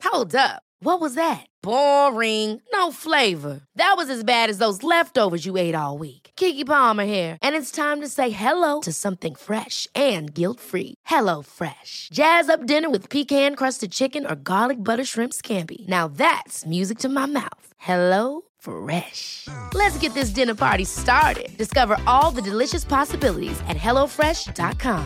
Hold up. What was that? Boring. No flavor. That was as bad as those leftovers you ate all week. Keke Palmer here, and it's time to say hello to something fresh and guilt-free. Hello Fresh. Jazz up dinner with pecan-crusted chicken or garlic butter shrimp scampi. Now that's music to my mouth. Hello Fresh. Let's get this dinner party started. Discover all the delicious possibilities at hellofresh.com.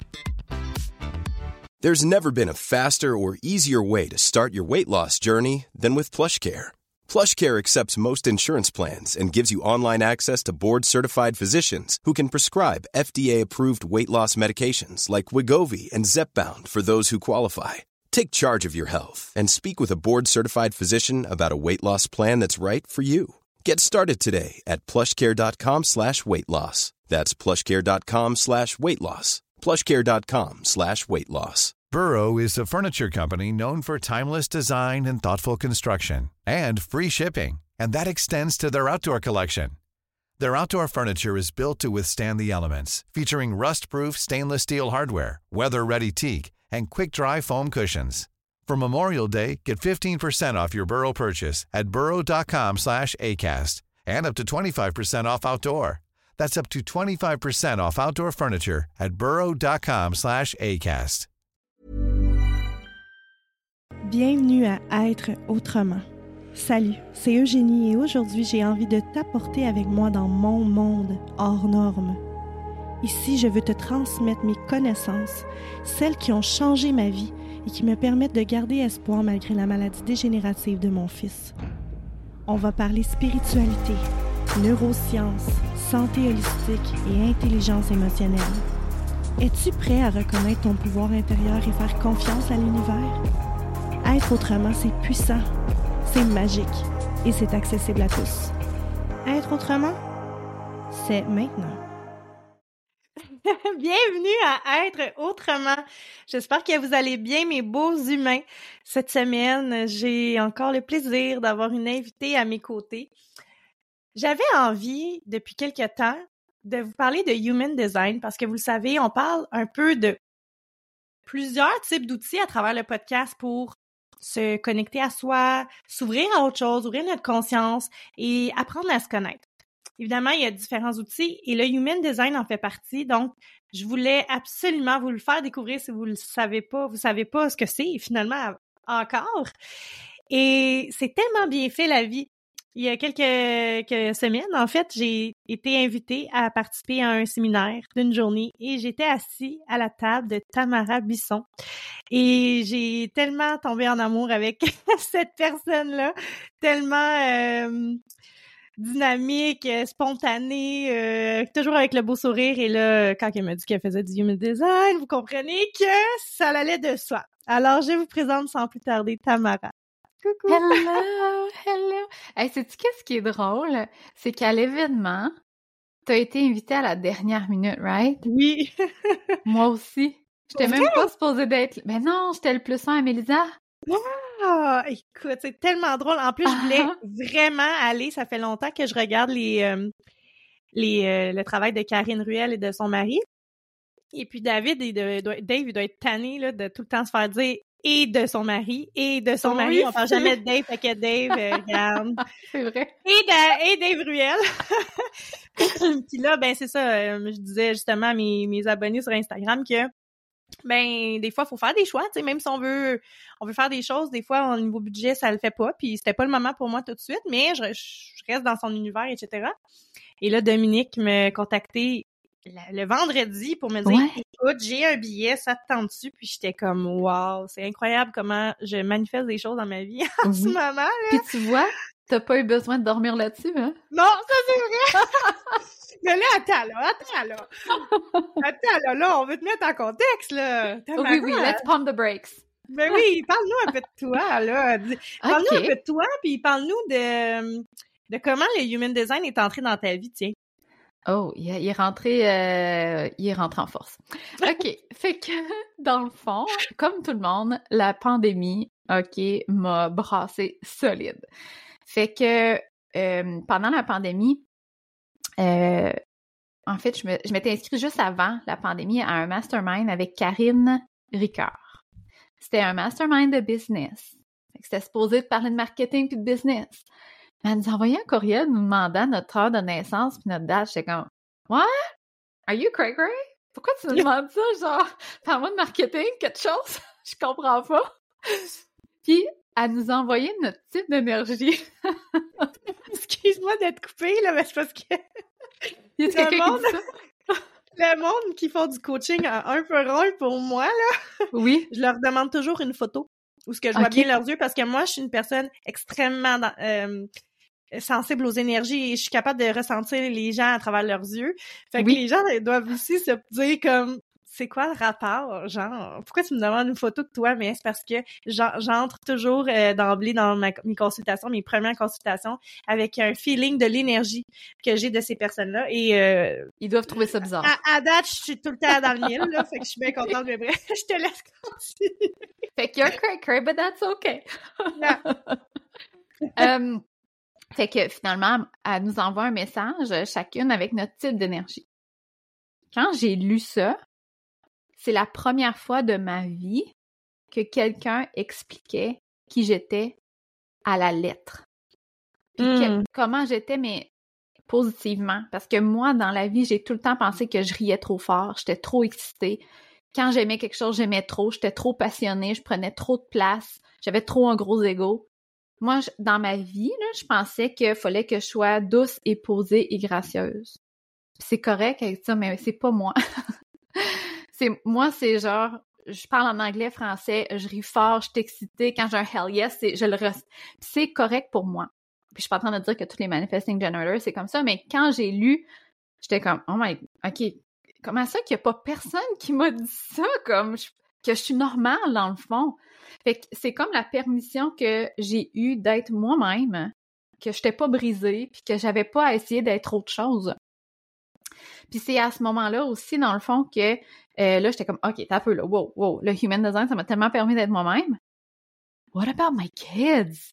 There's never been a faster or easier way to start your weight loss journey than with PlushCare. PlushCare accepts most insurance plans and gives you online access to board-certified physicians who can prescribe FDA-approved weight loss medications like Wegovy and Zepbound for those who qualify. Take charge of your health and speak with a board-certified physician about a weight loss plan that's right for you. Get started today at plushcare.com/weight-loss. That's plushcare.com/weight-loss. plushcare.com/weight-loss. Burrow is a furniture company known for timeless design and thoughtful construction, and free shipping, and that extends to their outdoor collection. Their outdoor furniture is built to withstand the elements, featuring rust-proof stainless steel hardware, weather-ready teak, and quick-dry foam cushions. For Memorial Day, get 15% off your Burrow purchase at burrow.com/acast, and up to 25% off outdoor. That's up to 25% off outdoor furniture at burrow.com/acast. Bienvenue à Être autrement. Salut, c'est Eugénie et aujourd'hui j'ai envie de t'apporter avec moi dans mon monde hors norme. Ici, je veux te transmettre mes connaissances, celles qui ont changé ma vie et qui me permettent de garder espoir malgré la maladie dégénérative de mon fils. On va parler spiritualité, neurosciences, santé holistique et intelligence émotionnelle. Es-tu prêt à reconnaître ton pouvoir intérieur et faire confiance à l'univers? Être autrement, c'est puissant, c'est magique et c'est accessible à tous. Être autrement, c'est maintenant. Bienvenue à Être autrement. J'espère que vous allez bien, mes beaux humains. Cette semaine, j'ai encore le plaisir d'avoir une invitée à mes côtés. J'avais envie, depuis quelque temps, de vous parler de Human Design parce que vous le savez, on parle un peu de plusieurs types d'outils à travers le podcast pour se connecter à soi, s'ouvrir à autre chose, ouvrir notre conscience et apprendre à se connaître. Évidemment, il y a différents outils et le Human Design en fait partie. Donc, je voulais absolument vous le faire découvrir si vous le savez pas. Vous savez pas ce que c'est finalement encore. Et c'est tellement bien fait la vie. Il y a quelques semaines, en fait, j'ai été invitée à participer à un séminaire d'une journée et j'étais assise à la table de Tamara Bisson. Et j'ai tellement tombé en amour avec cette personne-là, tellement dynamique, spontanée, toujours avec le beau sourire. Et là, quand elle m'a dit qu'elle faisait du Human Design, vous comprenez que ça allait de soi. Alors, je vous présente sans plus tarder Tamara. Coucou! Hello! Hey, sais-tu qu'est-ce qui est drôle? C'est qu'à l'événement, t'as été invitée à la dernière minute, right? Oui! Moi aussi. J'étais même pas supposée d'être... Mais non, j'étais le plus 1 à Mélisa. Ah! Écoute, c'est tellement drôle. En plus, je voulais vraiment aller. Ça fait longtemps que je regarde le travail de Karine Ruel et de son mari. Et puis Dave, il doit être tanné là, de tout le temps se faire dire et de son mari, et de son mari. On parle jamais de Dave, fait que Dave, regarde. C'est vrai. Et Dave Ruel. Puis là, ben c'est ça, je disais justement à mes abonnés sur Instagram que ben des fois, il faut faire des choix, tu sais, même si on veut faire des choses, des fois, au niveau budget, ça le fait pas, puis c'était pas le moment pour moi tout de suite, mais je reste dans son univers, etc. Et là, Dominique me contactait le vendredi pour me dire écoute, j'ai un billet, ça te tente dessus? Puis j'étais comme wow, c'est incroyable comment je manifeste des choses dans ma vie en ce moment là. Puis tu vois, t'as pas eu besoin de dormir là-dessus, hein? Non, ça c'est vrai. Mais là, attends là, on veut te mettre en contexte là. Oui, let's pump the brakes. Ben oui, parle-nous un peu de toi là. Parle-nous un peu de toi, puis parle-nous de comment le Human Design est entré dans ta vie, tiens. Oh, il est rentré en force. OK. Fait que, dans le fond, comme tout le monde, la pandémie, m'a brassé solide. Fait que, pendant la pandémie, en fait, je m'étais inscrite juste avant la pandémie à un mastermind avec Karine Ricard. C'était un mastermind de business. C'était supposé de parler de marketing puis de business. Mais elle nous a envoyé un courriel nous demandant notre heure de naissance puis notre date. J'étais comme, what? Are you cray cray? Pourquoi tu me demandes ça? Genre, parle-moi de marketing, quelque chose? Je comprends pas. Puis, elle nous a envoyé notre type d'énergie. Excuse-moi d'être coupée, là, mais c'est parce que Y a quelqu'un qui dit ça? le monde qui font du coaching en 1 pour 1 pour moi, là, Oui. je leur demande toujours une photo où ce que je vois bien leurs yeux parce que moi, je suis une personne extrêmement sensible aux énergies et je suis capable de ressentir les gens à travers leurs yeux. Fait que les gens doivent aussi se dire comme c'est quoi le rapport? Genre, pourquoi tu me demandes une photo de toi? Mais c'est parce que j'entre toujours d'emblée dans mes consultations, mes premières consultations, avec un feeling de l'énergie que j'ai de ces personnes-là. Et ils doivent trouver ça bizarre. À date, je suis tout le temps dans le mille, là, fait que je suis bien contente, mais bref, je te laisse continuer. Fait que you're cray-cray, but that's okay. Fait que finalement, elle nous envoie un message, chacune avec notre type d'énergie. Quand j'ai lu ça, c'est la première fois de ma vie que quelqu'un expliquait qui j'étais à la lettre. Puis comment j'étais, mais positivement. Parce que moi, dans la vie, j'ai tout le temps pensé que je riais trop fort, j'étais trop excitée. Quand j'aimais quelque chose, j'aimais trop, j'étais trop passionnée, je prenais trop de place, j'avais trop un gros ego. Moi, dans ma vie, là, je pensais qu'il fallait que je sois douce et posée et gracieuse. Puis c'est correct avec ça, mais c'est pas moi. Moi, c'est genre, je parle en anglais, français, je ris fort, je suis excitée. Quand j'ai un hell yes, je le ressens. C'est correct pour moi. Puis je suis pas en train de dire que tous les manifesting generators, c'est comme ça, mais quand j'ai lu, j'étais comme, oh my, OK, comment ça qu'il y a pas personne qui m'a dit ça, comme, que je suis normale dans le fond. Fait que c'est comme la permission que j'ai eue d'être moi-même, que j'étais pas brisée, puis que j'avais pas à essayer d'être autre chose. Puis c'est à ce moment-là aussi, dans le fond, que là, j'étais comme, OK, t'as un peu là, wow, le human design, ça m'a tellement permis d'être moi-même. What about my kids?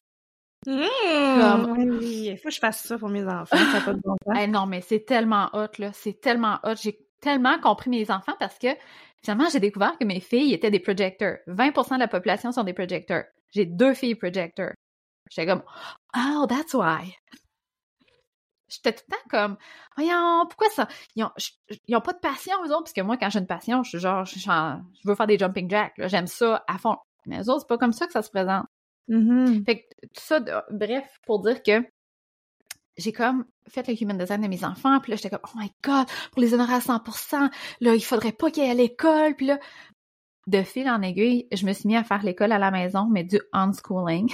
Oui, il faut que je fasse ça pour mes enfants, ça n'a pas de bon sens. Non, mais c'est tellement hot, là, c'est tellement hot. J'ai tellement compris mes enfants parce que, finalement, j'ai découvert que mes filles étaient des projecteurs. 20% de la population sont des projecteurs. J'ai 2 filles projecteurs. J'étais comme, oh, that's why. J'étais tout le temps comme, voyons, pourquoi ça? Ils ont pas de passion, eux autres, parce que moi, quand j'ai une passion, je suis genre, je veux faire des jumping jacks, là, j'aime ça à fond. Mais eux autres, c'est pas comme ça que ça se présente. Fait que tout ça, bref, pour dire que j'ai comme fait le human design de mes enfants, puis là, j'étais comme, oh my God, pour les honorer à 100%, là, il faudrait pas qu'ils aient à l'école, puis là, de fil en aiguille, je me suis mis à faire l'école à la maison, mais du unschooling.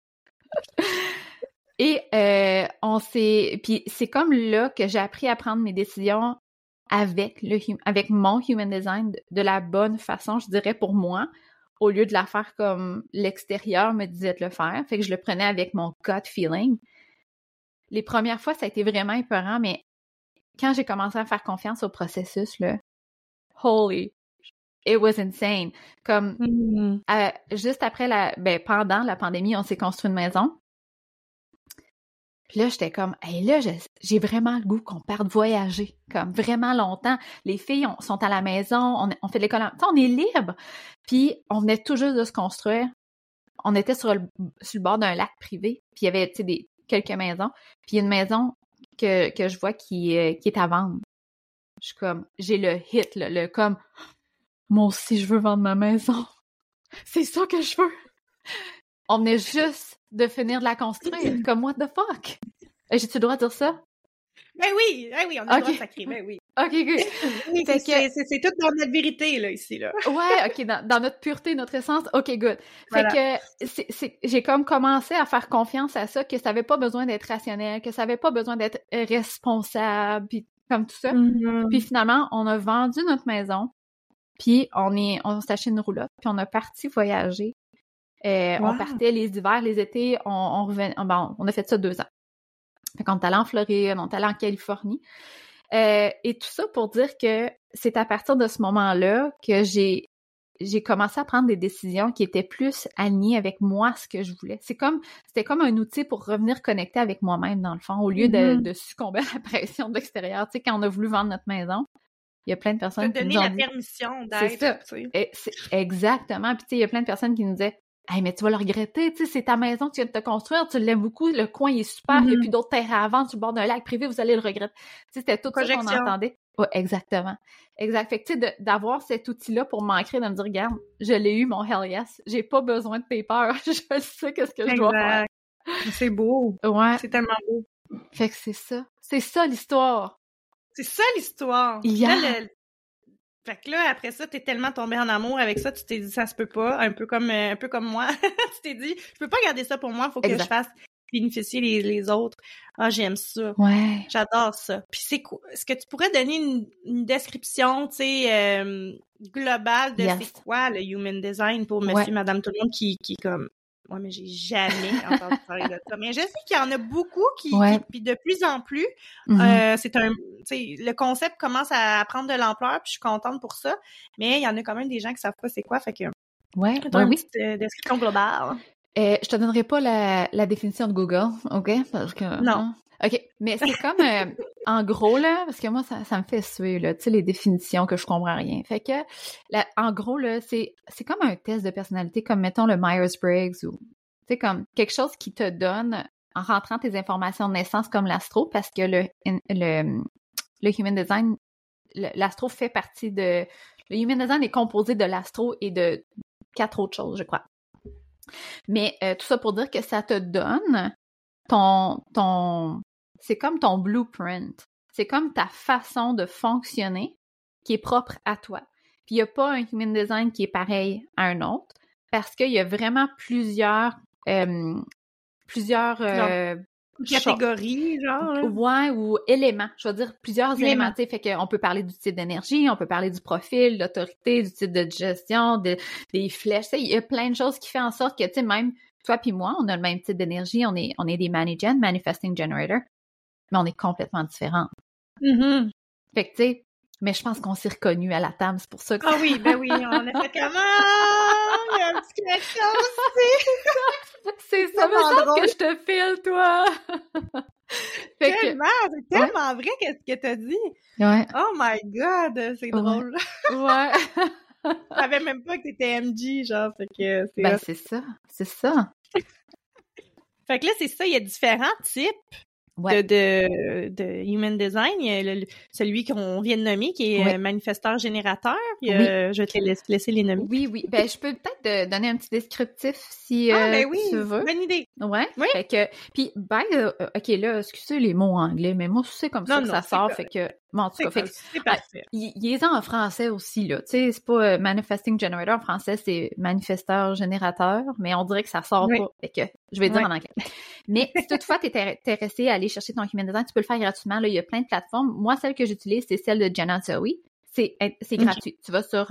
Et puis c'est comme là que j'ai appris à prendre mes décisions avec mon human design de la bonne façon, je dirais, pour moi, au lieu de la faire comme l'extérieur me disait de le faire. Fait que je le prenais avec mon gut feeling. Les premières fois, ça a été vraiment épeurant, mais quand j'ai commencé à faire confiance au processus, là, holy, it was insane. Comme, juste après pendant la pandémie, on s'est construit une maison. Puis là, j'étais comme, hey, là, j'ai vraiment le goût qu'on parte voyager, comme vraiment longtemps. Les filles sont à la maison, on fait de l'école, on est libre. Puis on venait tout juste de se construire. On était sur le bord d'un lac privé, puis il y avait, tu sais, quelques maisons. Puis il y a une maison que je vois qui est à vendre. Je suis comme, j'ai le hit, le comme, moi aussi, je veux vendre ma maison. C'est ça que je veux. On venait juste de finir de la construire. Comme, what the fuck? J'ai-tu le droit de dire ça? Ben oui, on a le droit de sacrer, ben oui. OK, good. Oui, c'est toute dans notre vérité, là, ici, là. Ouais, OK, dans notre pureté, notre essence, OK, good. Fait que j'ai comme commencé à faire confiance à ça, que ça avait pas besoin d'être rationnel, que ça avait pas besoin d'être responsable, puis comme tout ça. Puis finalement, on a vendu notre maison, puis on s'est acheté une roulotte, puis on a parti voyager. On partait les hivers, les étés, on revenait, on a fait ça 2 ans. Fait qu'on est allé en Floride, on est allé en Californie. Et tout ça pour dire que c'est à partir de ce moment-là que j'ai commencé à prendre des décisions qui étaient plus alignées avec moi, ce que je voulais. C'était comme un outil pour revenir connecter avec moi-même, dans le fond, au lieu de succomber à la pression de l'extérieur. Tu sais, quand on a voulu vendre notre maison, il y a plein de personnes qui nous ont dit... donner la permission d'être, c'est ça. tu sais. Exactement. Puis tu sais, il y a plein de personnes qui nous disaient Hey, mais tu vas le regretter, tu sais, c'est ta maison que tu viens de te construire, tu l'aimes beaucoup, le coin il est super, il n'y a plus d'autres terrains à vendre sur le bord d'un lac privé, vous allez le regretter. Tu sais, c'était tout ça qu'on entendait. Ouais, exactement. Exact. Fait que, tu sais, d'avoir cet outil-là pour m'ancrer, de me dire, regarde, je l'ai eu, mon hell yes, j'ai pas besoin de tes peurs, je sais qu'est-ce que je dois faire. C'est beau. Ouais. C'est tellement beau. Fait que c'est ça l'histoire. C'est ça l'histoire. Yeah. Fait que là, après ça, t'es tellement tombé en amour avec ça, tu t'es dit, ça se peut pas, un peu comme moi. Tu t'es dit, je peux pas garder ça pour moi, faut que je fasse bénéficier les autres. Ah, j'aime ça. Ouais. J'adore ça. Puis c'est quoi? Est-ce que tu pourrais donner une description, tu sais, globale de c'est quoi le human design pour monsieur, madame, tout le monde qui est comme, ouais, mais j'ai jamais entendu parler de ça. Mais je sais qu'il y en a beaucoup qui puis de plus en plus, c'est tu sais, le concept commence à prendre de l'ampleur, puis je suis contente pour ça. Mais il y en a quand même des gens qui savent pas c'est quoi, fait que. Ouais. Une petite description globale. Je te donnerai pas la définition de Google, OK? Parce que. Non. OK, mais c'est comme, en gros, là, parce que moi, ça me fait suer, là, tu sais, les définitions que je comprends rien. Fait que, en gros, là, c'est comme un test de personnalité, comme, mettons, le Myers-Briggs ou, tu sais, comme quelque chose qui te donne, en rentrant tes informations de naissance comme l'astro, parce que le Human Design, l'astro fait partie de... Le Human Design est composé de l'astro et de 4 autres choses, je crois. Mais tout ça pour dire que ça te donne c'est comme ton blueprint. C'est comme ta façon de fonctionner qui est propre à toi. Puis il n'y a pas un human design qui est pareil à un autre parce qu'il y a vraiment plusieurs catégories, genre. Ouais, ou éléments. Je veux dire plusieurs éléments. Tu sais, fait qu'on peut parler du type d'énergie, on peut parler du profil, de l'autorité, du type de gestion, des flèches. Tu sais, il y a plein de choses qui font en sorte que, tu sais, même toi puis moi, on a le même type d'énergie, on est des manifesting generator, mais on est complètement différents. Mm-hmm. Fait que, tu sais, mais je pense qu'on s'est reconnus à la table, c'est pour ça que... Ah oui, ben oui, on a fait comment? Il y a un petit quelque chose aussi! C'est ça, me semble que je te file, toi! C'est tellement vrai qu'est-ce que t'as dit! Ouais. Oh my God, c'est drôle! Ouais! Je savais même pas que t'étais MG, genre, fait que... c'est ça! Fait que là, c'est ça, il y a différents types de human design. Il y a celui qu'on vient de nommer, qui est manifesteur-générateur. Je vais te laisser les nommer. Oui. Ben, je peux peut-être te donner un petit descriptif si tu veux. Bonne idée. Ouais. Oui. Fait que, puis, OK, là, excusez les mots anglais, mais moi, c'est comme ça que ça sort. Fait que, bon, en tout cas, c'est parfait. Il est en français aussi, là. Tu sais, c'est pas manifesting generator. En français, c'est manifesteur-générateur, mais on dirait que ça sort pas. Fait que, je vais dire en anglais. Mais si toutefois t'es intéressé à aller chercher ton human design, tu peux le faire gratuitement. Là, il y a plein de plateformes. Moi, celle que j'utilise, c'est celle de Jenna Zoe. C'est gratuit. Tu vas sur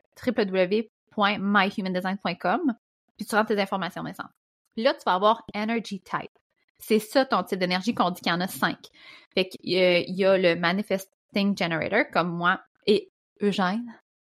www.myhumandesign.com puis tu rentres tes informations naissantes. Puis là, tu vas avoir Energy Type. C'est ça ton type d'énergie qu'on dit qu'il y en a 5. Fait qu'il y a le Manifesting Generator, comme moi, et Eugène.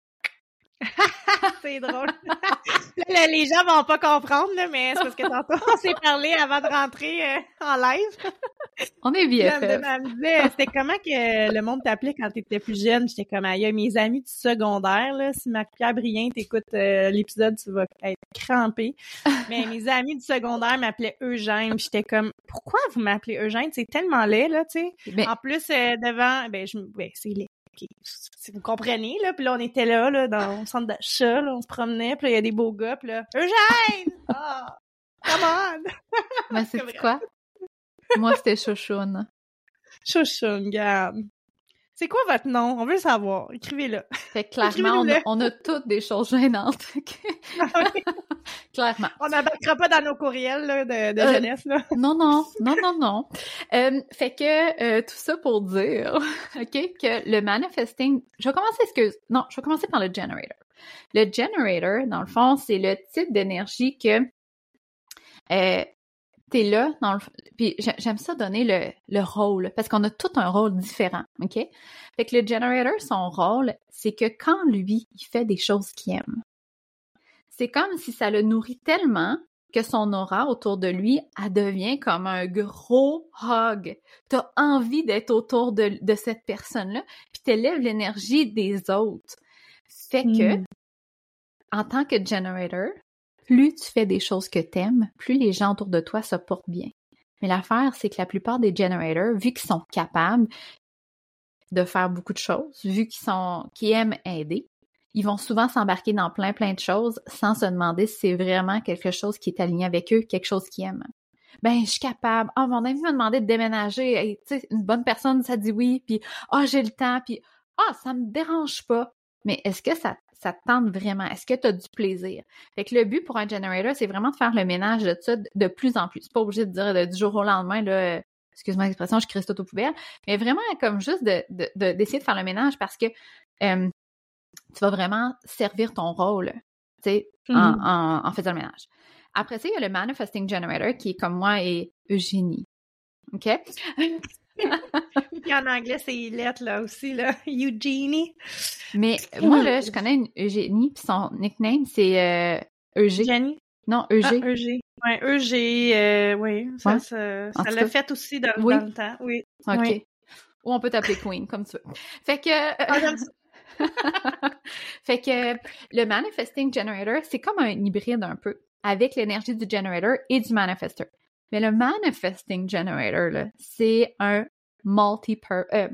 C'est drôle. Là, les gens vont pas comprendre, là, mais c'est parce que tantôt, on s'est parlé avant de rentrer en live. On est bien fait. Elle me disait, c'était comment que le monde t'appelait quand t'étais plus jeune? J'étais comme, aïe, mes amis du secondaire, là, si Marie-Pierre Brien t'écoute l'épisode, tu vas être crampé. Mais mes amis du secondaire m'appelaient Eugène, j'étais comme, pourquoi vous m'appelez Eugène? C'est tellement laid, là, tu sais. Mais... En plus, devant, c'est laid. Okay. Si vous comprenez, là, puis là, on était là, dans le centre d'achat, là, on se promenait, puis là, il y a des beaux gars, puis là, Eugène! Ah! Come on! Mais c'est quoi? Moi, c'était Chouchoune. Chouchoune, garde. C'est quoi votre nom? On veut le savoir. Écrivez-le. Fait que clairement, on a toutes des choses gênantes. Clairement. On n'embarquera pas dans nos courriels là, de jeunesse. Là. Non. Fait que tout ça pour dire que le manifesting... Je vais commencer par le generator. Le generator, dans le fond, c'est le type d'énergie que t'es là, puis j'aime ça donner le rôle, parce qu'on a tout un rôle différent, OK? Fait que le generator, son rôle, c'est que quand lui, il fait des choses qu'il aime, c'est comme si ça le nourrit tellement que son aura autour de lui, elle devient comme un gros hug. T'as envie d'être autour de cette personne-là, puis t'élèves l'énergie des autres. Fait que, en tant que generator, plus tu fais des choses que t'aimes, plus les gens autour de toi se portent bien. Mais l'affaire, c'est que la plupart des generators, vu qu'ils sont capables de faire beaucoup de choses, vu qu'ils aiment aider, ils vont souvent s'embarquer dans plein de choses sans se demander si c'est vraiment quelque chose qui est aligné avec eux, quelque chose qu'ils aiment. Ben, je suis capable. Ah, mon ami m'a demandé de déménager. Hey, tu sais, une bonne personne, ça dit oui. Puis, j'ai le temps. Puis, ça me dérange pas. Mais est-ce que ça te tente vraiment? Est-ce que tu as du plaisir? Fait que le but pour un generator, c'est vraiment de faire le ménage de ça de plus en plus. C'est pas obligé de dire du jour au lendemain, là, excuse-moi l'expression, je crisse tout aux poubelles. Mais vraiment, comme juste d'essayer de faire le ménage parce que tu vas vraiment servir ton rôle, tu sais, en faisant le ménage. Après ça, il y a le Manifesting Generator qui est comme moi et Eugénie. OK? Puis en anglais, c'est lettre là aussi, là. Eugénie. Mais moi, là, je connais une Eugénie, puis son nickname, c'est Eugé. Jenny? Non, Eugé. Eugé. Ouais, Eugé, oui. Ça l'a fait aussi dans le temps, oui. OK. Oui. Ou on peut t'appeler Queen, comme tu veux. Fait que... Fait que le Manifesting Generator, c'est comme un hybride un peu, avec l'énergie du Generator et du Manifestor. Mais le Manifesting Generator, là, c'est un multi-passionate.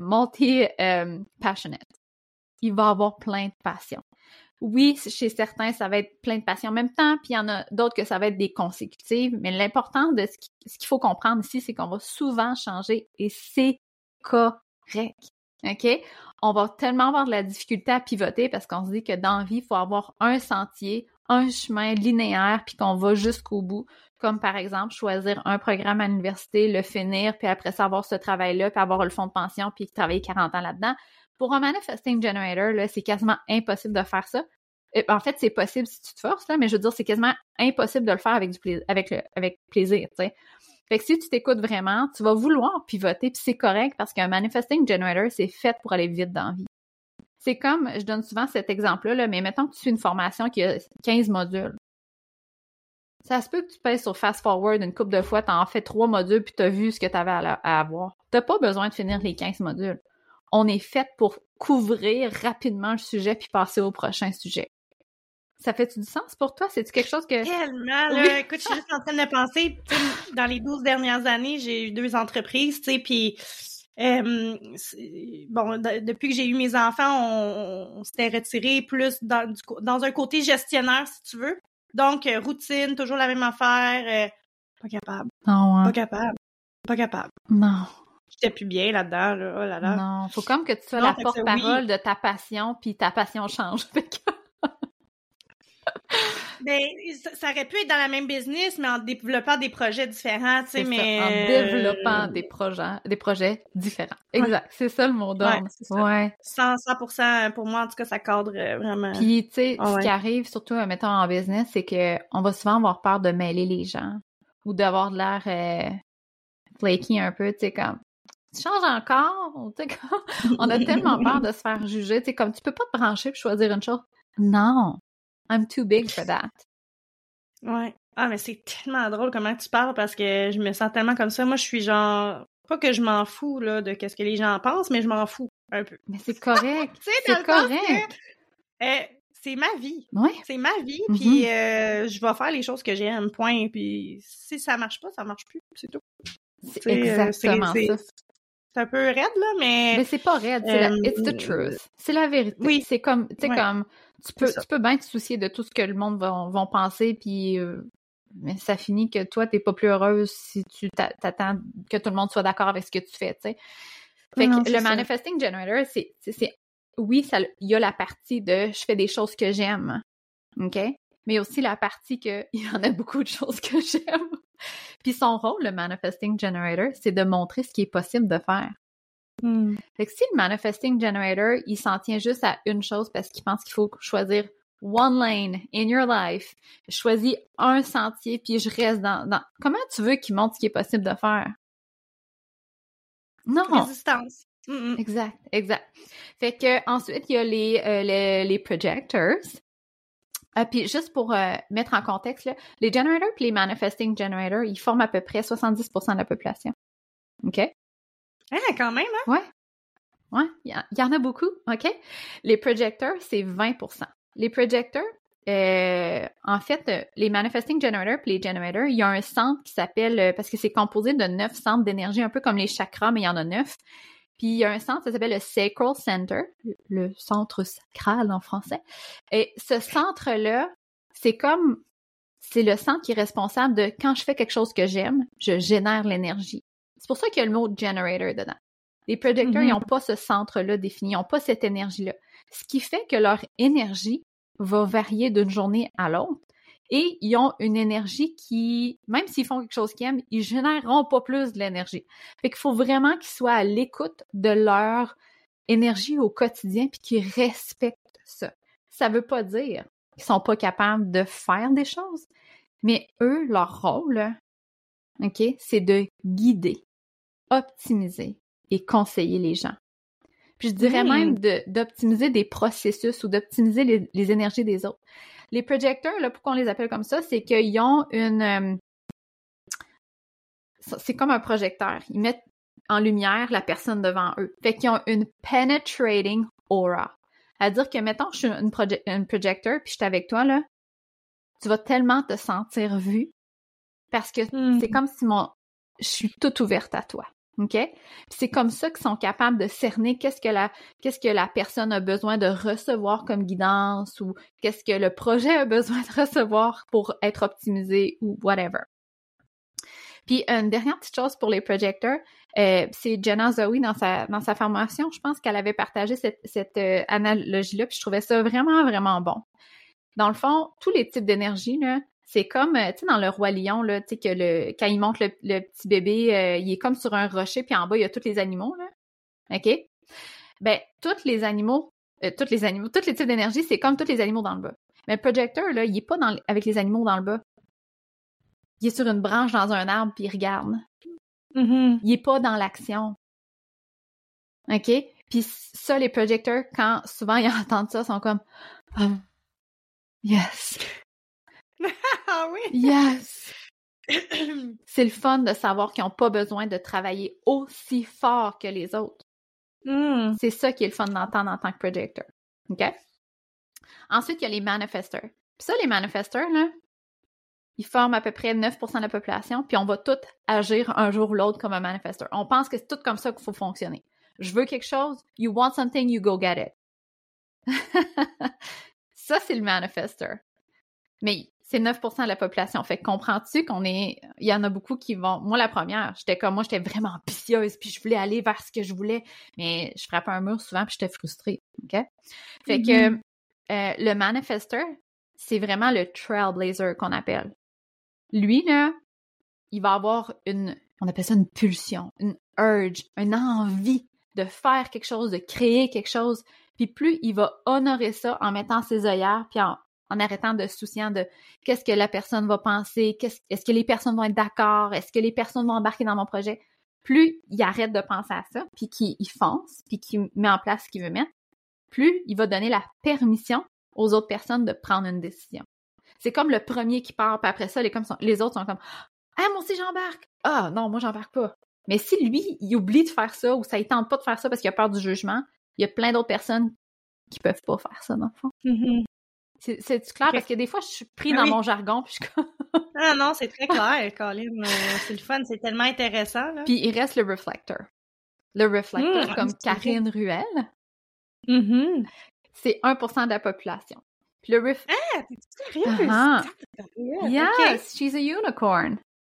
Il va avoir plein de passions. Oui, chez certains, ça va être plein de passions en même temps, puis il y en a d'autres que ça va être des consécutives, mais l'important de ce qu'il faut comprendre ici, c'est qu'on va souvent changer et c'est correct. OK? On va tellement avoir de la difficulté à pivoter parce qu'on se dit que dans la vie, il faut avoir un sentier, un chemin linéaire, puis qu'on va jusqu'au bout. Comme par exemple, choisir un programme à l'université, le finir, puis après ça, avoir ce travail-là, puis avoir le fonds de pension, puis travailler 40 ans là-dedans. Pour un Manifesting Generator, là, c'est quasiment impossible de faire ça. En fait, c'est possible si tu te forces, là, mais je veux dire, c'est quasiment impossible de le faire avec plaisir, tu sais. Fait que si tu t'écoutes vraiment, tu vas vouloir pivoter, puis c'est correct parce qu'un Manifesting Generator, c'est fait pour aller vite dans la vie. C'est comme, je donne souvent cet exemple-là, là, mais mettons que tu fais une formation qui a 15 modules. Ça se peut que tu pèses sur Fast Forward une couple de fois, t'en as fait 3 modules, puis t'as vu ce que t'avais à avoir. T'as pas besoin de finir les 15 modules. On est fait pour couvrir rapidement le sujet puis passer au prochain sujet. Ça fait-tu du sens pour toi? C'est-tu quelque chose que... Tellement, là! Oui. Écoute, je suis juste en train de penser, dans les 12 dernières années, j'ai eu 2 entreprises, tu sais, puis depuis que j'ai eu mes enfants, on s'était retiré plus dans un côté gestionnaire, si tu veux. Donc, routine, toujours la même affaire, pas capable. Oh, ouais. Pas capable. Non. J'étais plus bien là-dedans, là. Oh là là. Non, faut comme que tu sois la porte-parole de ta passion, puis ta passion change. Ben, ça aurait pu être dans la même business, mais en développant des projets différents, tu sais, mais... En développant des projets différents. Exact, c'est ça le mot d'ordre. Ouais. 100% pour moi, en tout cas, ça cadre vraiment. Puis, tu sais, ce qui arrive, surtout, mettons, en business, c'est qu'on va souvent avoir peur de mêler les gens ou d'avoir de l'air flaky un peu, tu sais, comme... Tu changes encore? Tu sais, on a tellement peur de se faire juger, tu sais, comme tu peux pas te brancher et choisir une chose. Non! I'm too big for that. Ouais. Ah, mais c'est tellement drôle comment tu parles parce que je me sens tellement comme ça. Moi, je suis genre... Pas que je m'en fous, là, de qu'est-ce que les gens pensent, mais je m'en fous un peu. Mais c'est correct. C'est correct. C'est ma vie. Ouais. C'est ma vie, puis je vais faire les choses que j'aime, point. Puis si ça marche pas, ça marche plus, c'est tout. C'est exactement ça. C'est un peu raide, là, mais... Mais c'est pas raide, it's the truth. C'est la vérité. Oui. C'est comme, tu sais, comme... Tu peux bien te soucier de tout ce que le monde va penser, puis mais ça finit que toi, t'es pas plus heureuse si tu t'attends que tout le monde soit d'accord avec ce que tu fais, tu sais. Fait que le Manifesting Generator, c'est oui, il y a la partie de « je fais des choses que j'aime », OK? Mais aussi la partie que il y en a beaucoup de choses que j'aime. Puis son rôle, le Manifesting Generator, c'est de montrer ce qui est possible de faire. Fait que si le Manifesting Generator, il s'en tient juste à une chose parce qu'il pense qu'il faut choisir one lane in your life, je choisis un sentier puis je reste dans... Comment tu veux qu'il montre ce qui est possible de faire? Non! Résistance. Exact. Fait que ensuite, il y a les projectors. Puis juste pour mettre en contexte, là, les generators puis les Manifesting Generators, ils forment à peu près 70% de la population. OK? Ah, quand même, hein? Ouais, il y en a beaucoup, OK? Les projectors, c'est 20%. Les projectors, en fait, les Manifesting Generators et les Generators, il y a un centre qui s'appelle, parce que c'est composé de 9 centres d'énergie, un peu comme les chakras, mais il y en a 9. Puis il y a un centre, ça s'appelle le Sacral Center, le centre sacral en français. Et ce centre-là, c'est le centre qui est responsable de quand je fais quelque chose que j'aime, je génère l'énergie. C'est pour ça qu'il y a le mot generator dedans. Les projecteurs, ils n'ont pas ce centre-là défini, ils n'ont pas cette énergie-là. Ce qui fait que leur énergie va varier d'une journée à l'autre. Et ils ont une énergie qui, même s'ils font quelque chose qu'ils aiment, ils généreront pas plus de l'énergie. Fait qu'il faut vraiment qu'ils soient à l'écoute de leur énergie au quotidien puis qu'ils respectent ça. Ça veut pas dire qu'ils sont pas capables de faire des choses, mais eux, leur rôle, OK, c'est de guider, optimiser et conseiller les gens. Puis je dirais même d'optimiser des processus ou d'optimiser les énergies des autres. Les projecteurs, là, pourquoi on les appelle comme ça, c'est qu'ils ont c'est comme un projecteur. Ils mettent en lumière la personne devant eux. Fait qu'ils ont une penetrating aura. C'est-à-dire que, mettons, je suis une projecteur, puis je suis avec toi, là, tu vas tellement te sentir vue parce que c'est comme si je suis toute ouverte à toi. OK? Puis c'est comme ça qu'ils sont capables de cerner qu'est-ce que la personne a besoin de recevoir comme guidance ou qu'est-ce que le projet a besoin de recevoir pour être optimisé ou whatever. Puis une dernière petite chose pour les projecteurs, c'est Jenna Zoe dans sa formation, je pense qu'elle avait partagé cette analogie-là, puis je trouvais ça vraiment, vraiment bon. Dans le fond, tous les types d'énergie, là, c'est comme, tu sais, dans le Roi Lion, là, tu sais, que quand il monte le petit bébé, il est comme sur un rocher, puis en bas, il y a tous les animaux, là. OK? Ben, tous les types d'énergie, c'est comme tous les animaux dans le bas. Mais le projecteur, là, il est pas avec les animaux dans le bas. Il est sur une branche dans un arbre, puis il regarde. Il est pas dans l'action. OK? Puis ça, les projecteurs, quand souvent ils entendent ça, sont comme yes! Ah oui? Yes! C'est le fun de savoir qu'ils n'ont pas besoin de travailler aussi fort que les autres. C'est ça qui est le fun d'entendre en tant que projecteur. OK? Ensuite, il y a les manifesteurs. Puis ça, les manifesteurs, là, ils forment à peu près 9% de la population, puis on va tous agir un jour ou l'autre comme un manifesteur. On pense que c'est tout comme ça qu'il faut fonctionner. Je veux quelque chose, you want something, you go get it. Ça, c'est le manifesteur. Mais c'est 9% de la population. Fait que comprends-tu il y en a beaucoup qui vont... Moi, la première, j'étais vraiment ambitieuse, puis je voulais aller vers ce que je voulais, mais je frappais un mur souvent, puis j'étais frustrée. OK? Fait que le manifesteur, c'est vraiment le trailblazer qu'on appelle. Lui, là, il va avoir on appelle ça une pulsion, une urge, une envie de faire quelque chose, de créer quelque chose. Puis plus il va honorer ça en mettant ses œillères, puis en arrêtant de se soucier de qu'est-ce que la personne va penser, est-ce que les personnes vont être d'accord, est-ce que les personnes vont embarquer dans mon projet. Plus il arrête de penser à ça, puis qu'il fonce, puis qu'il met en place ce qu'il veut mettre, plus il va donner la permission aux autres personnes de prendre une décision. C'est comme le premier qui part, puis après ça, les autres sont comme « Ah, moi aussi, j'embarque! » « Ah, non, moi, j'embarque pas. » Mais si lui, il oublie de faire ça ou ça ne tente pas de faire ça parce qu'il a peur du jugement, il y a plein d'autres personnes qui peuvent pas faire ça, dans le fond. C'est-tu clair? Okay. Parce que des fois, je suis pris dans mon jargon, puis je suis comme... Ah non, c'est très clair, Colin. C'est le fun, c'est tellement intéressant, là. Puis il reste le reflector. Le reflector, comme Karine Ruel, c'est 1% de la population. Puis le Ah, t'es sérieux? Yes, okay. She's a unicorn.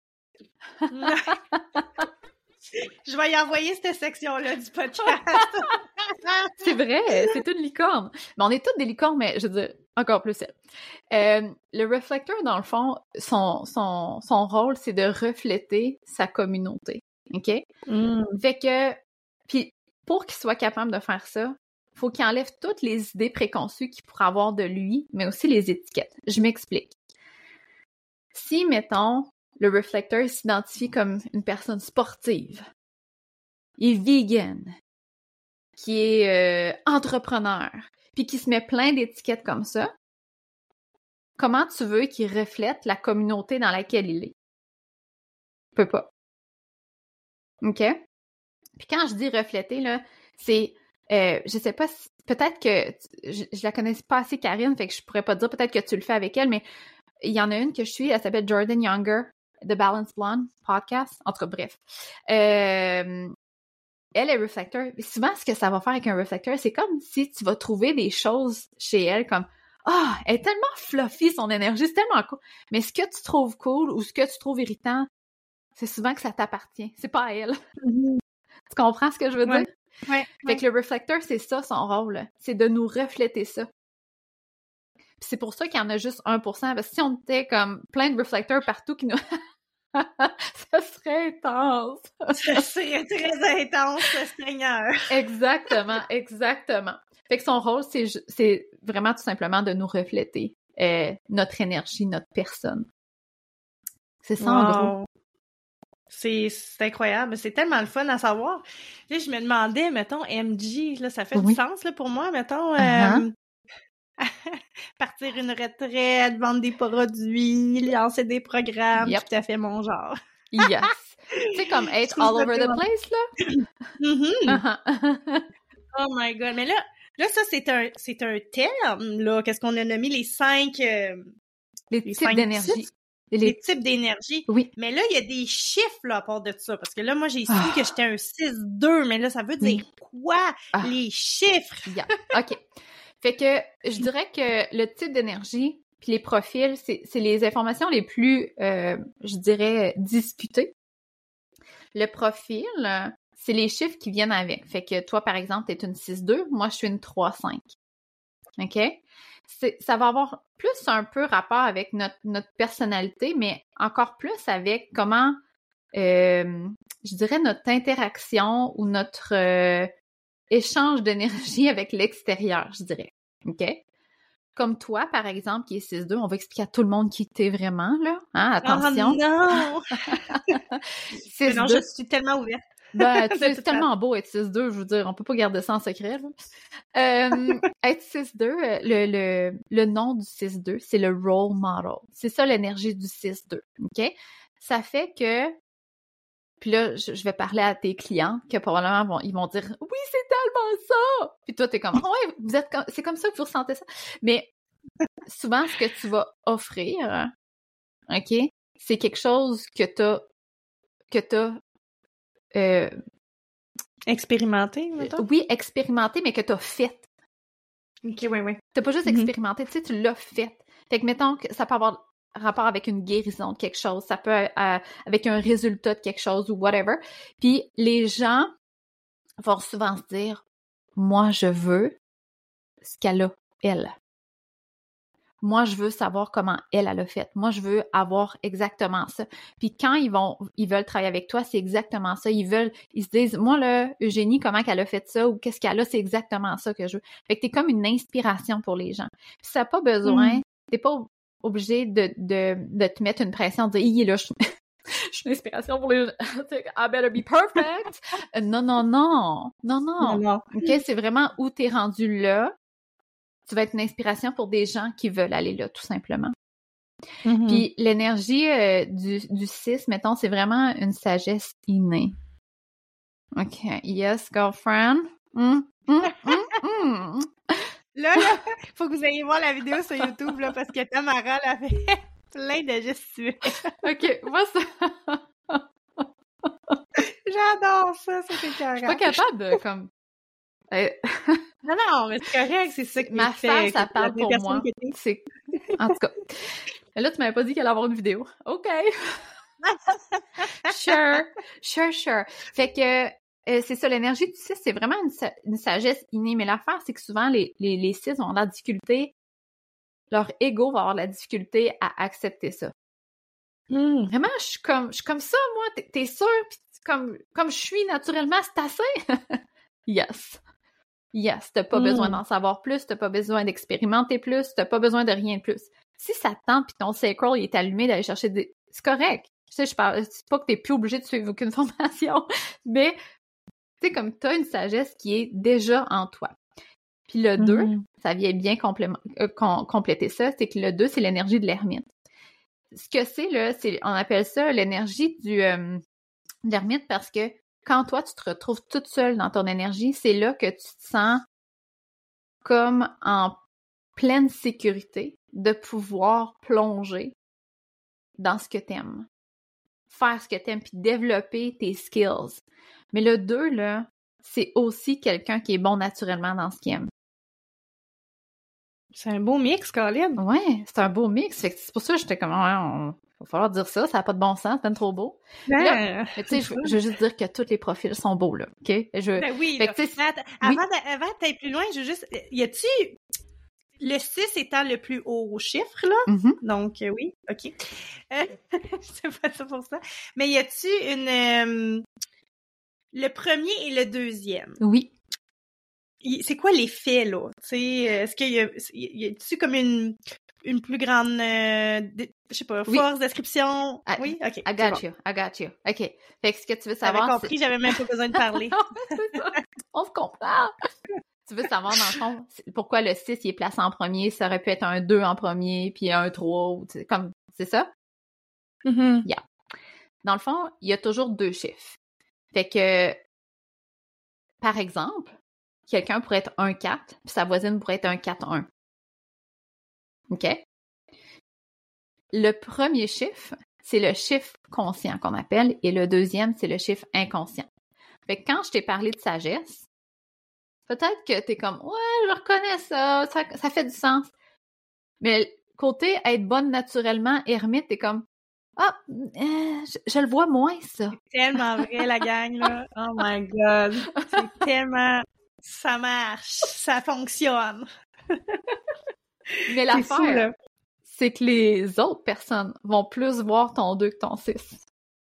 Je vais y envoyer cette section-là du podcast. C'est vrai, c'est une licorne. Mais on est toutes des licornes, mais je veux dire, encore plus elle. Le reflecteur, dans le fond, son rôle, c'est de refléter sa communauté. OK? Fait que, puis pour qu'il soit capable de faire ça, il faut qu'il enlève toutes les idées préconçues qu'il pourrait avoir de lui, mais aussi les étiquettes. Je m'explique. Si, mettons, le reflecteur s'identifie comme une personne sportive, il est vegan, qui est entrepreneur, puis qui se met plein d'étiquettes comme ça, comment tu veux qu'il reflète la communauté dans laquelle il est? Il peut pas. OK? Puis quand je dis refléter, là, c'est je sais pas si, peut-être que je la connais pas assez, Karine, fait que je pourrais pas te dire, peut-être que tu le fais avec elle, mais il y en a une que je suis, elle s'appelle Jordan Younger, The Balance Blonde podcast. En tout cas, bref. Elle est reflecteur. Souvent, ce que ça va faire avec un reflecteur, c'est comme si tu vas trouver des choses chez elle comme elle est tellement fluffy, son énergie, c'est tellement cool. Mais ce que tu trouves cool ou ce que tu trouves irritant, c'est souvent que ça t'appartient. C'est pas à elle. Tu comprends ce que je veux dire? Ouais. Fait que le reflecteur, c'est ça son rôle. C'est de nous refléter ça. Puis c'est pour ça qu'il y en a juste 1%. Parce que si on était comme plein de reflecteurs partout qui nous... ça serait intense! Ça serait très intense, Seigneur! Exactement. Fait que son rôle, c'est vraiment tout simplement de nous refléter notre énergie, notre personne. C'est ça, en gros. C'est incroyable, c'est tellement le fun à savoir. Là, je me demandais, mettons, MJ, là, ça fait Oui. du sens là, pour moi, mettons, partir une retraite, vendre des produits, lancer des programmes, tout à fait mon genre. Yes! Tu sais, comme être all over the place, là? Oh my God! Mais là ça, c'est un terme, là, qu'est-ce qu'on a nommé les 5... les types d'énergie. Les types d'énergie. Oui. Mais là, il y a des chiffres là, à part de ça. Parce que là, moi, j'ai su que j'étais un 6-2, mais là, ça veut dire quoi? Les chiffres? Yeah. OK. Fait que je dirais que le type d'énergie puis les profils, c'est les informations les plus, je dirais, discutées. Le profil, c'est les chiffres qui viennent avec. Fait que toi, par exemple, t'es une 6-2, moi, je suis une 3-5. OK? Ça va avoir plus un peu rapport avec notre personnalité, mais encore plus avec comment, je dirais, notre interaction ou notre échange d'énergie avec l'extérieur, je dirais. OK? Comme toi, par exemple, qui est 6-2, on va expliquer à tout le monde qui t'es vraiment, là. Hein? Attention! Oh non! 6-2. Non, je suis tellement ouverte. Ben, tu sais, c'est tellement beau être 6-2, je veux dire, on peut pas garder ça en secret, là. Être 6-2, le nom du 6-2, c'est le role model. C'est ça l'énergie du 6-2, OK? Ça fait que, puis là, je vais parler à tes clients que probablement ils vont dire « Oui, c'est tellement ça! » Puis toi, t'es comme « Ouais, c'est comme ça que vous ressentez ça. » Mais souvent, ce que tu vas offrir, OK, c'est quelque chose que t'as expérimenté, mettons? Oui, expérimenté, mais que t'as fait. OK, oui. T'as pas juste expérimenté, tu sais, tu l'as fait. Fait que, mettons que ça peut avoir rapport avec une guérison de quelque chose, ça peut avec un résultat de quelque chose ou whatever. Puis les gens vont souvent se dire « Moi, je veux ce qu'elle a, elle. Moi, je veux savoir comment elle a fait. Moi, je veux avoir exactement ça. » Puis quand ils veulent travailler avec toi, c'est exactement ça. Ils se disent « Moi, là, Eugénie, comment qu'elle a fait ça ou qu'est-ce qu'elle a, c'est exactement ça que je veux. » Fait que t'es comme une inspiration pour les gens. Puis ça n'a pas besoin, t'es pas obligé de te mettre une pression, de dire « là, je suis une inspiration pour les gens. I better be perfect. » Non. OK, c'est vraiment où t'es rendu là. Tu vas être une inspiration pour des gens qui veulent aller là, tout simplement. Puis l'énergie du 6, mettons, c'est vraiment une sagesse innée. OK. Yes, girlfriend. Là, faut que vous ayez voir la vidéo sur YouTube, là, parce que Tamara, elle a fait plein de gestuels. OK, moi, ça... J'adore ça, c'est écœurant. Je suis pas capable de, comme... Non, mais c'est correct, c'est ça que ma femme, ça parle pour moi. C'est... En tout cas, là, tu m'avais pas dit qu'elle allait avoir une vidéo. OK! Sure. Fait que c'est ça, l'énergie du 6, c'est vraiment une sagesse innée. Mais l'affaire, c'est que souvent, les 6 vont avoir de la difficulté, leur ego va avoir de la difficulté à accepter ça. Vraiment, je suis comme ça, moi, t'es sûre? Puis comme je suis naturellement, c'est assez? Yes, t'as pas besoin d'en savoir plus, t'as pas besoin d'expérimenter plus, t'as pas besoin de rien de plus. Si ça te tente pis ton sacral il est allumé d'aller chercher des... C'est correct. Tu sais, c'est pas que t'es plus obligé de suivre aucune formation, mais tu sais, comme t'as une sagesse qui est déjà en toi. Puis le 2, ça vient bien compléter ça, c'est que le 2, c'est l'énergie de l'ermite. Ce que c'est, là, on appelle ça l'énergie de l'ermite parce que quand toi, tu te retrouves toute seule dans ton énergie, c'est là que tu te sens comme en pleine sécurité de pouvoir plonger dans ce que t'aimes. Faire ce que t'aimes, puis développer tes skills. Mais le 2, là, c'est aussi quelqu'un qui est bon naturellement dans ce qu'il aime. C'est un beau mix, Colin. Ouais, c'est un beau mix. Fait que c'est pour ça que j'étais comme, ouais, va falloir dire ça n'a pas de bon sens, c'est trop beau. Là, tu sais, je veux juste dire que tous les profils sont beaux, là, OK? Ben oui, fait là. que, Avant d'aller plus loin, je veux juste... Y a-tu... Le 6 étant le plus haut chiffre, là? Mm-hmm. Donc, oui, OK. C'est pas ça pour ça. Mais y a-tu une... le premier et le deuxième? Oui. C'est quoi l'effet, là? Tu sais, est-ce qu'il y a-tu comme une plus grande, je sais pas, force, description? Oui? OK. I got you. OK. Fait que ce que tu veux savoir, j'avais compris, j'avais même pas besoin de parler. C'est ça. On se comprend. Tu veux savoir, dans le fond, pourquoi le 6 il est placé en premier, ça aurait pu être un 2 en premier, puis un 3, ou comme, c'est ça? Mm-hmm. Yeah. Dans le fond, il y a toujours 2 chiffres. Fait que, par exemple, quelqu'un pourrait être 1-4, puis sa voisine pourrait être un 4-1. OK? Le premier chiffre, c'est le chiffre conscient qu'on appelle, et le deuxième, c'est le chiffre inconscient. Fait que quand je t'ai parlé de sagesse, peut-être que t'es comme « Ouais, je reconnais ça, ça fait du sens. » Mais côté être bonne naturellement, ermite, t'es comme « Ah, je le vois moins, ça. » C'est tellement vrai, la gang, là. Oh my God. C'est tellement... Ça marche. Ça fonctionne. Mais l'affaire, c'est que les autres personnes vont plus voir ton 2 que ton 6.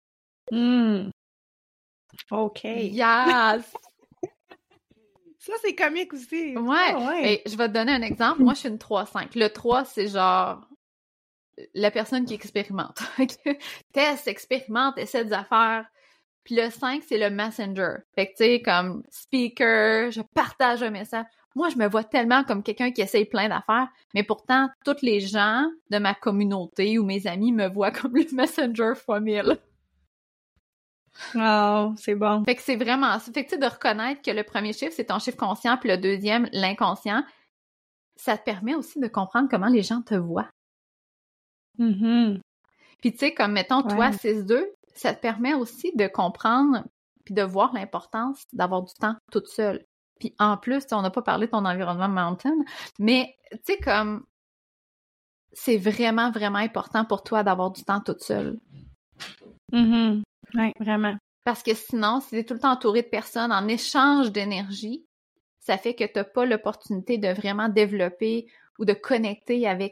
OK. Yes! Ça, c'est comique aussi. Ouais. Oh, ouais. Et je vais te donner un exemple. Moi, je suis une 3-5. Le 3, c'est genre la personne qui expérimente. Teste, expérimente, essaie des affaires. Puis le 5, c'est le messenger. Fait que, tu sais, comme speaker, je partage un message. Moi, je me vois tellement comme quelqu'un qui essaye plein d'affaires, mais pourtant, tous les gens de ma communauté ou mes amis me voient comme le messenger fois 1000. Oh, c'est bon. Fait que c'est vraiment ça. Fait que, tu sais, de reconnaître que le premier chiffre, c'est ton chiffre conscient, puis le deuxième, l'inconscient, ça te permet aussi de comprendre comment les gens te voient. Mm-hmm. Puis, tu sais, comme, mettons, toi, 6-2, ça te permet aussi de comprendre puis de voir l'importance d'avoir du temps toute seule. Puis en plus, on n'a pas parlé de ton environnement mountain, mais tu sais, comme, c'est vraiment, vraiment important pour toi d'avoir du temps toute seule. Mm-hmm. Oui, vraiment. Parce que sinon, si tu es tout le temps entouré de personnes en échange d'énergie, ça fait que tu n'as pas l'opportunité de vraiment développer ou de connecter avec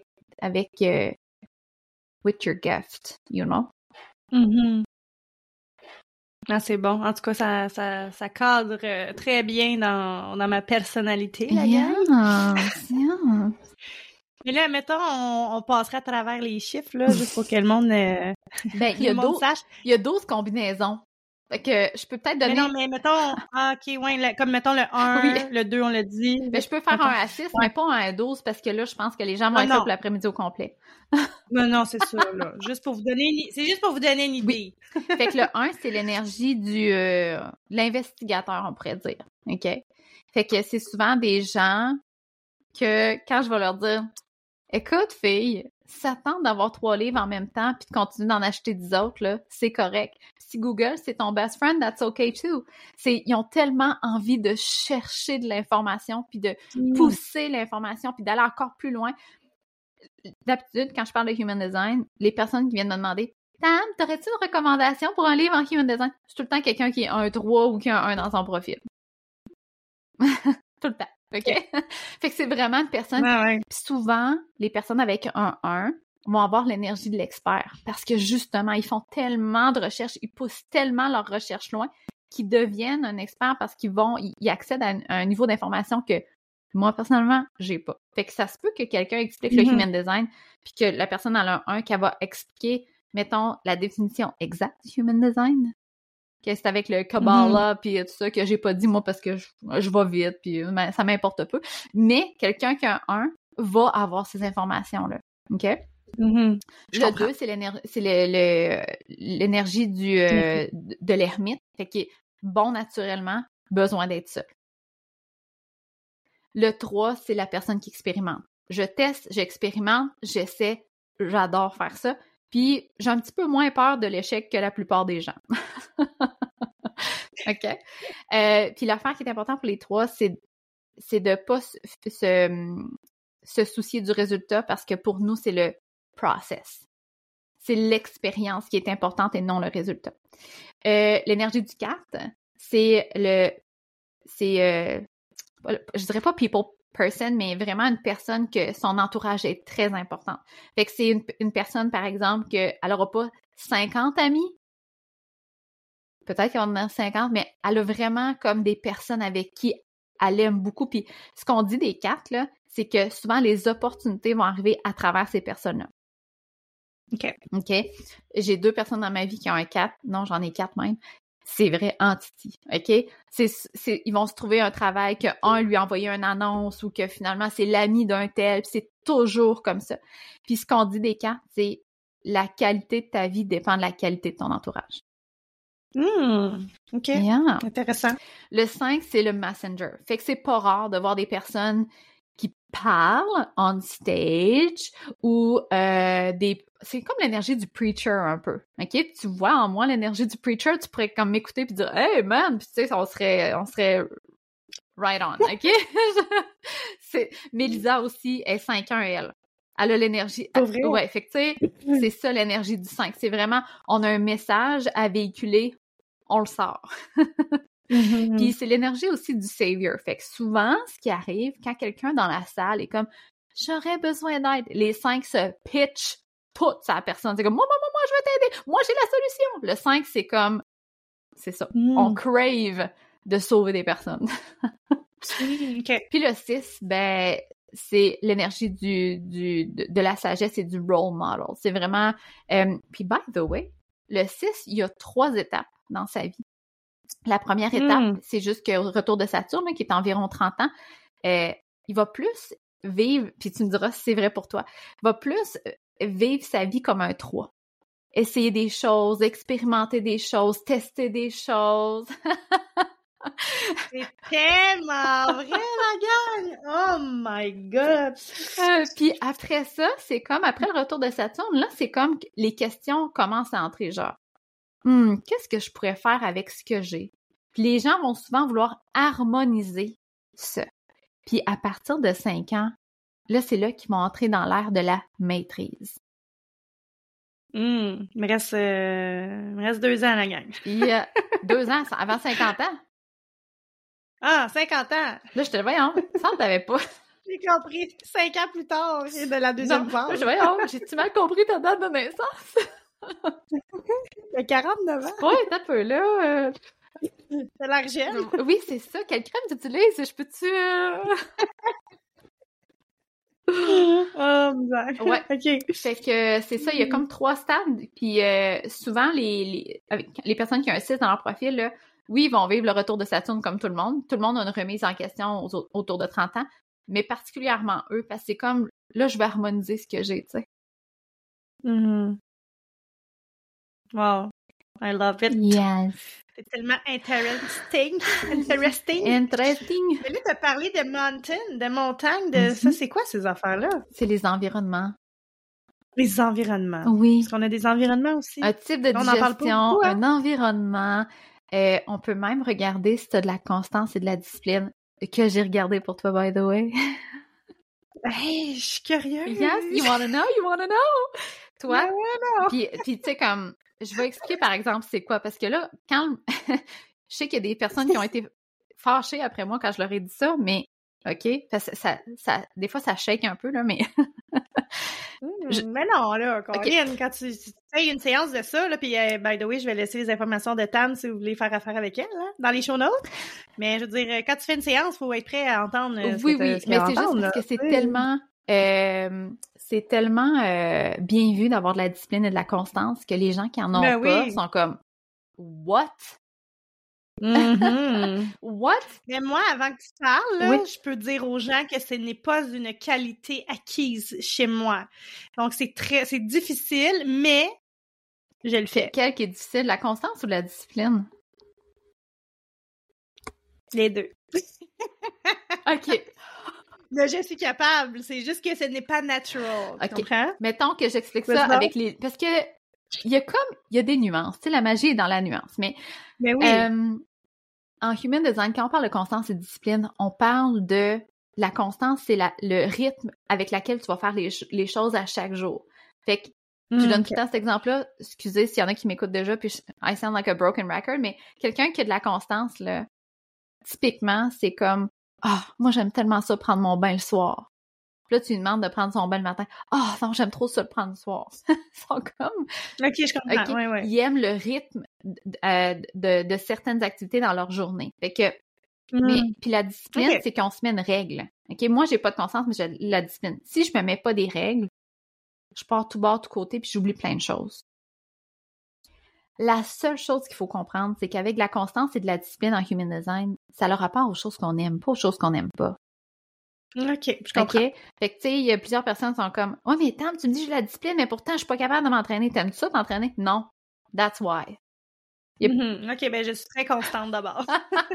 with your gift, you know? Mm-hmm. Ah, c'est bon. En tout cas, ça cadre très bien dans ma personnalité, la gang. Mais là, mettons, on passerait à travers les chiffres, là, juste pour que le monde, il y a 12 combinaisons. Fait que je peux peut-être donner... Mais non, mais mettons, OK, ouais, comme mettons le 1, le 2, on l'a dit. Ben, je peux faire un à 6, mais pas un à 12, parce que là, je pense que les gens vont être là pour l'après-midi au complet. Non, c'est ça, là. C'est juste pour vous donner une idée. Oui. Fait que le 1, c'est l'énergie de l'investigateur, on pourrait dire. OK? Fait que c'est souvent des gens que, quand je vais leur dire « Écoute, fille, si ça tente d'avoir 3 livres en même temps puis de continuer d'en acheter 10 autres, là, c'est correct. Si Google, c'est ton best friend, that's okay too. » Ils ont tellement envie de chercher de l'information puis de pousser l'information puis d'aller encore plus loin. D'habitude, quand je parle de Human Design, les personnes qui viennent me demander « Tam, t'aurais-tu une recommandation pour un livre en Human Design? » C'est tout le temps quelqu'un qui a un 3 ou qui a un 1 dans son profil. Tout le temps. OK? Fait que c'est vraiment une personne... Ouais. Puis souvent, les personnes avec un 1 vont avoir l'énergie de l'expert parce que justement, ils font tellement de recherches, ils poussent tellement leurs recherches loin qu'ils deviennent un expert parce qu'ils accèdent à un niveau d'information que moi, personnellement, j'ai pas. Fait que ça se peut que quelqu'un explique le Human Design puis que la personne a un 1 qu'elle va expliquer, mettons, la définition exacte du Human Design. Que c'est avec le Kabbalah puis tout ça que j'ai pas dit moi parce que je vais vite puis ça m'importe peu. Mais quelqu'un qui a un 1 va avoir ces informations-là. OK? Mm-hmm. Le 2, c'est l'énergie de l'ermite. Fait que bon naturellement, besoin d'être seul. Le 3, c'est la personne qui expérimente. Je teste, j'expérimente, j'essaie, j'adore faire ça. Puis, j'ai un petit peu moins peur de l'échec que la plupart des gens. OK? Puis, l'affaire qui est importante pour les 3, c'est de pas se soucier du résultat parce que pour nous, c'est le process. C'est l'expérience qui est importante et non le résultat. L'énergie du 4, je dirais pas people person, mais vraiment une personne que son entourage est très important. Fait que c'est une personne, par exemple, qu'elle n'aura pas 50 amis. Peut-être qu'elle va en avoir 50, mais elle a vraiment comme des personnes avec qui elle aime beaucoup. Puis ce qu'on dit des 4, là, c'est que souvent les opportunités vont arriver à travers ces personnes-là. OK? J'ai 2 personnes dans ma vie qui ont un 4. Non, j'en ai 4 même. C'est vrai, entity, OK? Ils vont se trouver un travail qu'un lui a envoyé une annonce ou que finalement c'est l'ami d'un tel, puis c'est toujours comme ça. Puis ce qu'on dit des 4, c'est la qualité de ta vie dépend de la qualité de ton entourage. OK. Yeah. Intéressant. Le 5, c'est le messenger. Fait que c'est pas rare de voir des personnes qui parlent on stage ou c'est comme l'énergie du preacher un peu. OK? Tu vois en moi l'énergie du preacher, tu pourrais comme m'écouter puis dire "Hey man", puis tu sais on serait right on. OK? Mélisa aussi est 5-1 elle. Elle a l'énergie. Ouais, fait que tu sais, c'est ça l'énergie du 5. C'est vraiment on a un message à véhiculer, on le sort. Puis c'est l'énergie aussi du savior. Fait que souvent, ce qui arrive, quand quelqu'un dans la salle est comme « J'aurais besoin d'aide », les 5 se pitchent toute sa personne. C'est comme « Moi, je vais t'aider. Moi, j'ai la solution. » Le 5, c'est comme... C'est ça. On crave de sauver des personnes. Okay. Puis le 6, ben... c'est l'énergie de la sagesse et du role model. C'est vraiment... puis by the way, le 6, il y a 3 étapes dans sa vie. La première étape, c'est juste que retour de Saturne, qui est environ 30 ans, il va plus vivre, puis tu me diras si c'est vrai pour toi, il va plus vivre sa vie comme un 3. Essayer des choses, expérimenter des choses, tester des choses. C'est tellement vrai, la gang! Oh my God! Puis après ça, c'est comme, après le retour de Saturne, là, c'est comme les questions commencent à entrer, genre, qu'est-ce que je pourrais faire avec ce que j'ai? Puis les gens vont souvent vouloir harmoniser ça. Puis à partir de 5 ans, là, c'est là qu'ils vont entrer dans l'ère de la maîtrise. Il me reste 2 ans, la gang. Il y a 2 ans, avant 50 ans. Ah, 50 ans! Là, je te voyons, ça ne t'avais pas. J'ai compris 5 ans plus tard, et de la deuxième phase. Je voyons, j'ai-tu mal compris ta date de naissance? De 49 ans? Oui, t'as peu, là. C'est l'argent? Oui, c'est ça. Quelle crème tu utilises? Je peux-tu... Oh, misère. Ouais. OK. Fait que c'est ça, il y a comme 3 stades. Puis souvent, avec les personnes qui ont un 6 dans leur profil, là, oui, ils vont vivre le retour de Saturne comme tout le monde. Tout le monde a une remise en question autour de 30 ans. Mais particulièrement eux, parce que c'est comme, là, je vais harmoniser ce que j'ai, tu sais. Wow. I love it. Yes. C'est tellement interesting. Mais là, t'as parlé de montagne, ça, c'est quoi ces affaires-là? C'est les environnements. Les environnements. Oui. Parce qu'on a des environnements aussi. Un type de digestion, on en parle pas beaucoup, hein? Un environnement. On peut même regarder si t'as de la constance et de la discipline, que j'ai regardé pour toi, by the way. Hey, je suis curieuse. Yes, you wanna know? Toi? Non. Puis tu sais, comme, je vais expliquer par exemple c'est quoi, parce que là, quand je sais qu'il y a des personnes qui ont été fâchées après moi quand je leur ai dit ça, mais OK, parce que ça des fois ça shake un peu, là, mais... Mais non, là, Corinne, Okay. quand tu fais une séance de ça, là, puis by the way, je vais laisser les informations de Tam si vous voulez faire affaire avec elle, hein, dans les show notes. Mais je veux dire, quand tu fais une séance, il faut être prêt à entendre Oui, mais c'est juste parce que c'est tellement bien vu d'avoir de la discipline et de la constance que les gens qui en ont pas sont comme « What? » What? Mais moi, avant que tu parles, là, je peux dire aux gens que ce n'est pas une qualité acquise chez moi. Donc, c'est difficile, mais je le fais. Quelle qui est difficile, la constance ou la discipline? Les deux. OK. Là, je suis capable. C'est juste que ce n'est pas natural. Tu comprends? Mettons que j'explique ça avec les... Parce que il y a des nuances. Tu sais, la magie est dans la nuance. Mais oui. En human design, quand on parle de constance et de discipline, on parle de la constance, c'est le rythme avec lequel tu vas faire les choses à chaque jour. Fait que je donne tout le temps cet exemple-là. Excusez s'il y en a qui m'écoutent déjà, puis I sound like a broken record, mais quelqu'un qui a de la constance, là, typiquement, c'est comme moi j'aime tellement ça prendre mon bain le soir. Puis là, tu lui demandes de prendre son bain le matin. Non, j'aime trop ça le prendre le soir. Ils sont comme... OK, je comprends. Okay. Ouais. Ils aiment le rythme de certaines activités dans leur journée. Fait que... Puis la discipline, c'est qu'on se met une règle. OK, moi, j'ai pas de conscience, mais j'ai la discipline. Si je me mets pas des règles, je pars tout bord, tout côté, puis j'oublie plein de choses. La seule chose qu'il faut comprendre, c'est qu'avec de la constance et de la discipline en human design, ça a le rapport aux choses qu'on aime, pas aux choses qu'on n'aime pas. OK, je comprends. OK? Fait que, tu sais, il y a plusieurs personnes qui sont comme « Ouais, mais Tam, tu me dis que j'ai la discipline, mais pourtant, je suis pas capable de m'entraîner. T'aimes-tu ça, t'entraîner? » Non. That's why. OK, ben je suis très constante d'abord.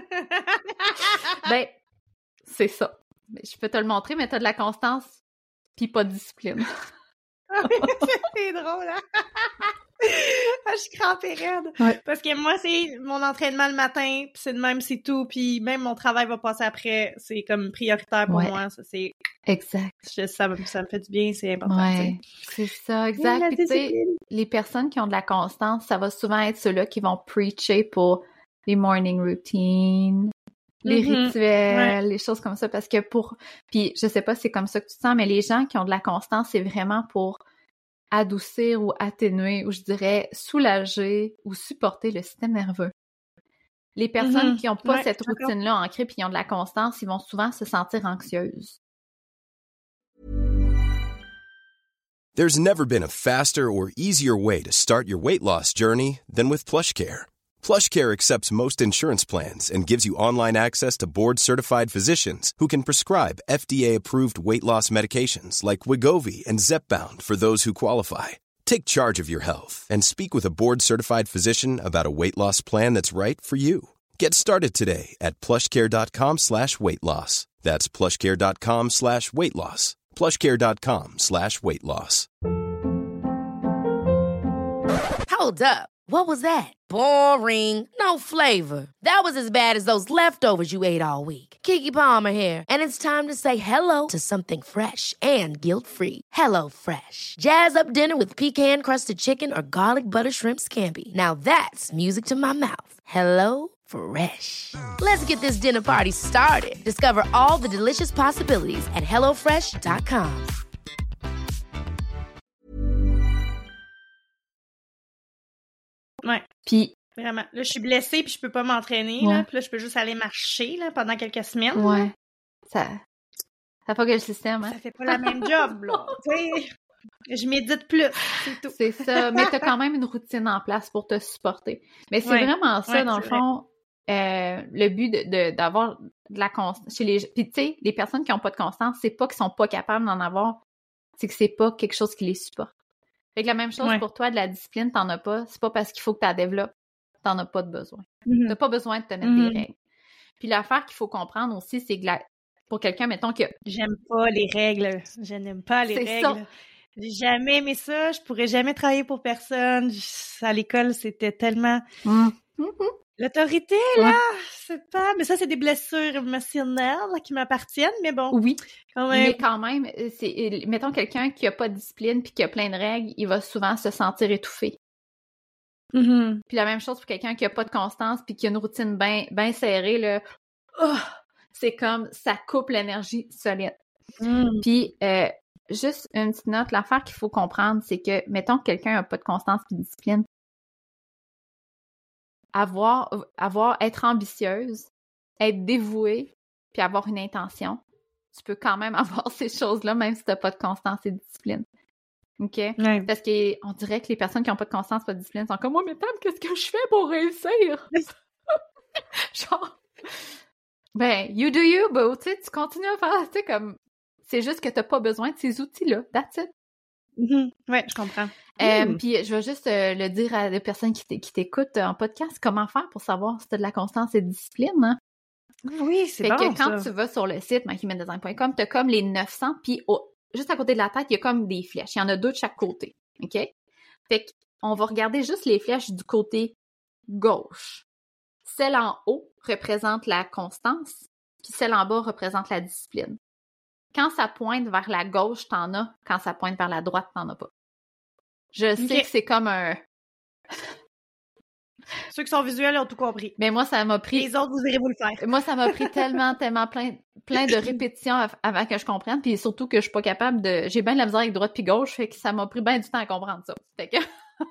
Ben, c'est ça. Je peux te le montrer, mais t'as de la constance pis pas de discipline. C'est drôle, hein? Je suis crampée raide. Ouais. Parce que moi, c'est mon entraînement le matin, puis c'est de même, c'est tout, puis même mon travail va passer après. C'est comme prioritaire pour moi. Ça, c'est... Exact. Ça me fait du bien, c'est important. Ouais, c'est ça, exact. Puis tu sais, les personnes qui ont de la constance, ça va souvent être ceux-là qui vont preacher pour les morning routines, les rituels, les choses comme ça, parce que puis je sais pas si c'est comme ça que tu te sens, mais les gens qui ont de la constance, c'est vraiment pour adoucir ou atténuer, ou je dirais soulager ou supporter le système nerveux. Les personnes qui n'ont pas cette routine-là ancrée puis qui ont de la constance, ils vont souvent se sentir anxieuses. There's never been a faster or easier way to start your weight loss journey than with PlushCare. PlushCare accepts most insurance plans and gives you online access to board-certified physicians who can prescribe FDA-approved weight loss medications like Wegovy and Zepbound for those who qualify. Take charge of your health and speak with a board-certified physician about a weight loss plan that's right for you. Get started today at plushcare.com/weightloss. That's plushcare.com/weightloss. plushcare.com/weightloss. Hold up. What was that? Boring. No flavor. That was as bad as those leftovers you ate all week. Keke Palmer here, and it's time to say hello to something fresh and guilt-free. HelloFresh. Jazz up dinner with pecan-crusted chicken or garlic butter shrimp scampi. Now that's music to my mouth. HelloFresh. Let's get this dinner party started. Discover all the delicious possibilities at HelloFresh.com. Ouais. Puis vraiment. Là, je suis blessée puis je peux pas m'entraîner. Ouais. Là, puis là, je peux juste aller marcher là, pendant quelques semaines. ouais, ça fait que le système, hein? Ça fait pas la même job, là. Tu sais, je médite plus, c'est tout. C'est ça, mais t'as quand même une routine en place pour te supporter. Mais c'est vraiment ça, dans le fond, le but d'avoir de la constance chez les... Puis tu sais, les personnes qui ont pas de constance, c'est pas qu'ils sont pas capables d'en avoir, c'est que c'est pas quelque chose qui les supporte. Fait que la même chose pour toi, de la discipline, t'en as pas, c'est pas parce qu'il faut que tu la développes, t'en as pas de besoin. T'as pas besoin de te mettre des règles. Puis l'affaire qu'il faut comprendre aussi, c'est que pour quelqu'un, mettons que... J'aime pas les règles. Je n'aime pas les règles. Ça. J'ai jamais aimé ça. Je pourrais jamais travailler pour personne. À l'école, c'était tellement... L'autorité, là, c'est pas... Mais ça, c'est des blessures émotionnelles là, qui m'appartiennent, mais bon. Oui, quand même. mais quand même, mettons quelqu'un qui a pas de discipline puis qui a plein de règles, il va souvent se sentir étouffé. Puis la même chose pour quelqu'un qui a pas de constance puis qui a une routine bien serrée, là, c'est comme ça coupe l'énergie solide. Puis juste une petite note, l'affaire qu'il faut comprendre, c'est que, mettons que quelqu'un a pas de constance puis de discipline, être ambitieuse, être dévouée, puis avoir une intention, tu peux quand même avoir ces choses-là, même si t'as pas de constance et de discipline. OK? Ouais. Parce qu'on dirait que les personnes qui ont pas de constance, pas de discipline, sont comme « Oh, mais Tam, qu'est-ce que je fais pour réussir? » Genre, ben, you do you, boo, tu sais, tu continues à faire, tu sais, comme, c'est juste que t'as pas besoin de ces outils-là, that's it. Ouais, je comprends. Puis je vais juste le dire à des personnes qui t'écoutent en podcast, comment faire pour savoir si t'as de la constance et de discipline, hein? Oui, c'est Fait bon, que quand ça. tu vas sur le site myhumandesign.com, t'as comme les 900, puis juste à côté de la tête, il y a comme des flèches. Il y en a 2 de chaque côté, OK? Fait qu'on va regarder juste les flèches du côté gauche. Celle en haut représente la constance, puis celle en bas représente la discipline. Quand ça pointe vers la gauche, t'en as. Quand ça pointe vers la droite, t'en as pas. Je sais que c'est comme un... Ceux qui sont visuels ont tout compris. Mais moi, ça m'a pris... Les autres, vous irez vous le faire. Moi, ça m'a pris tellement plein de répétitions avant que je comprenne, puis surtout que je suis pas capable de... J'ai bien de la misère avec droite puis gauche, fait que ça m'a pris bien du temps à comprendre ça. Fait que...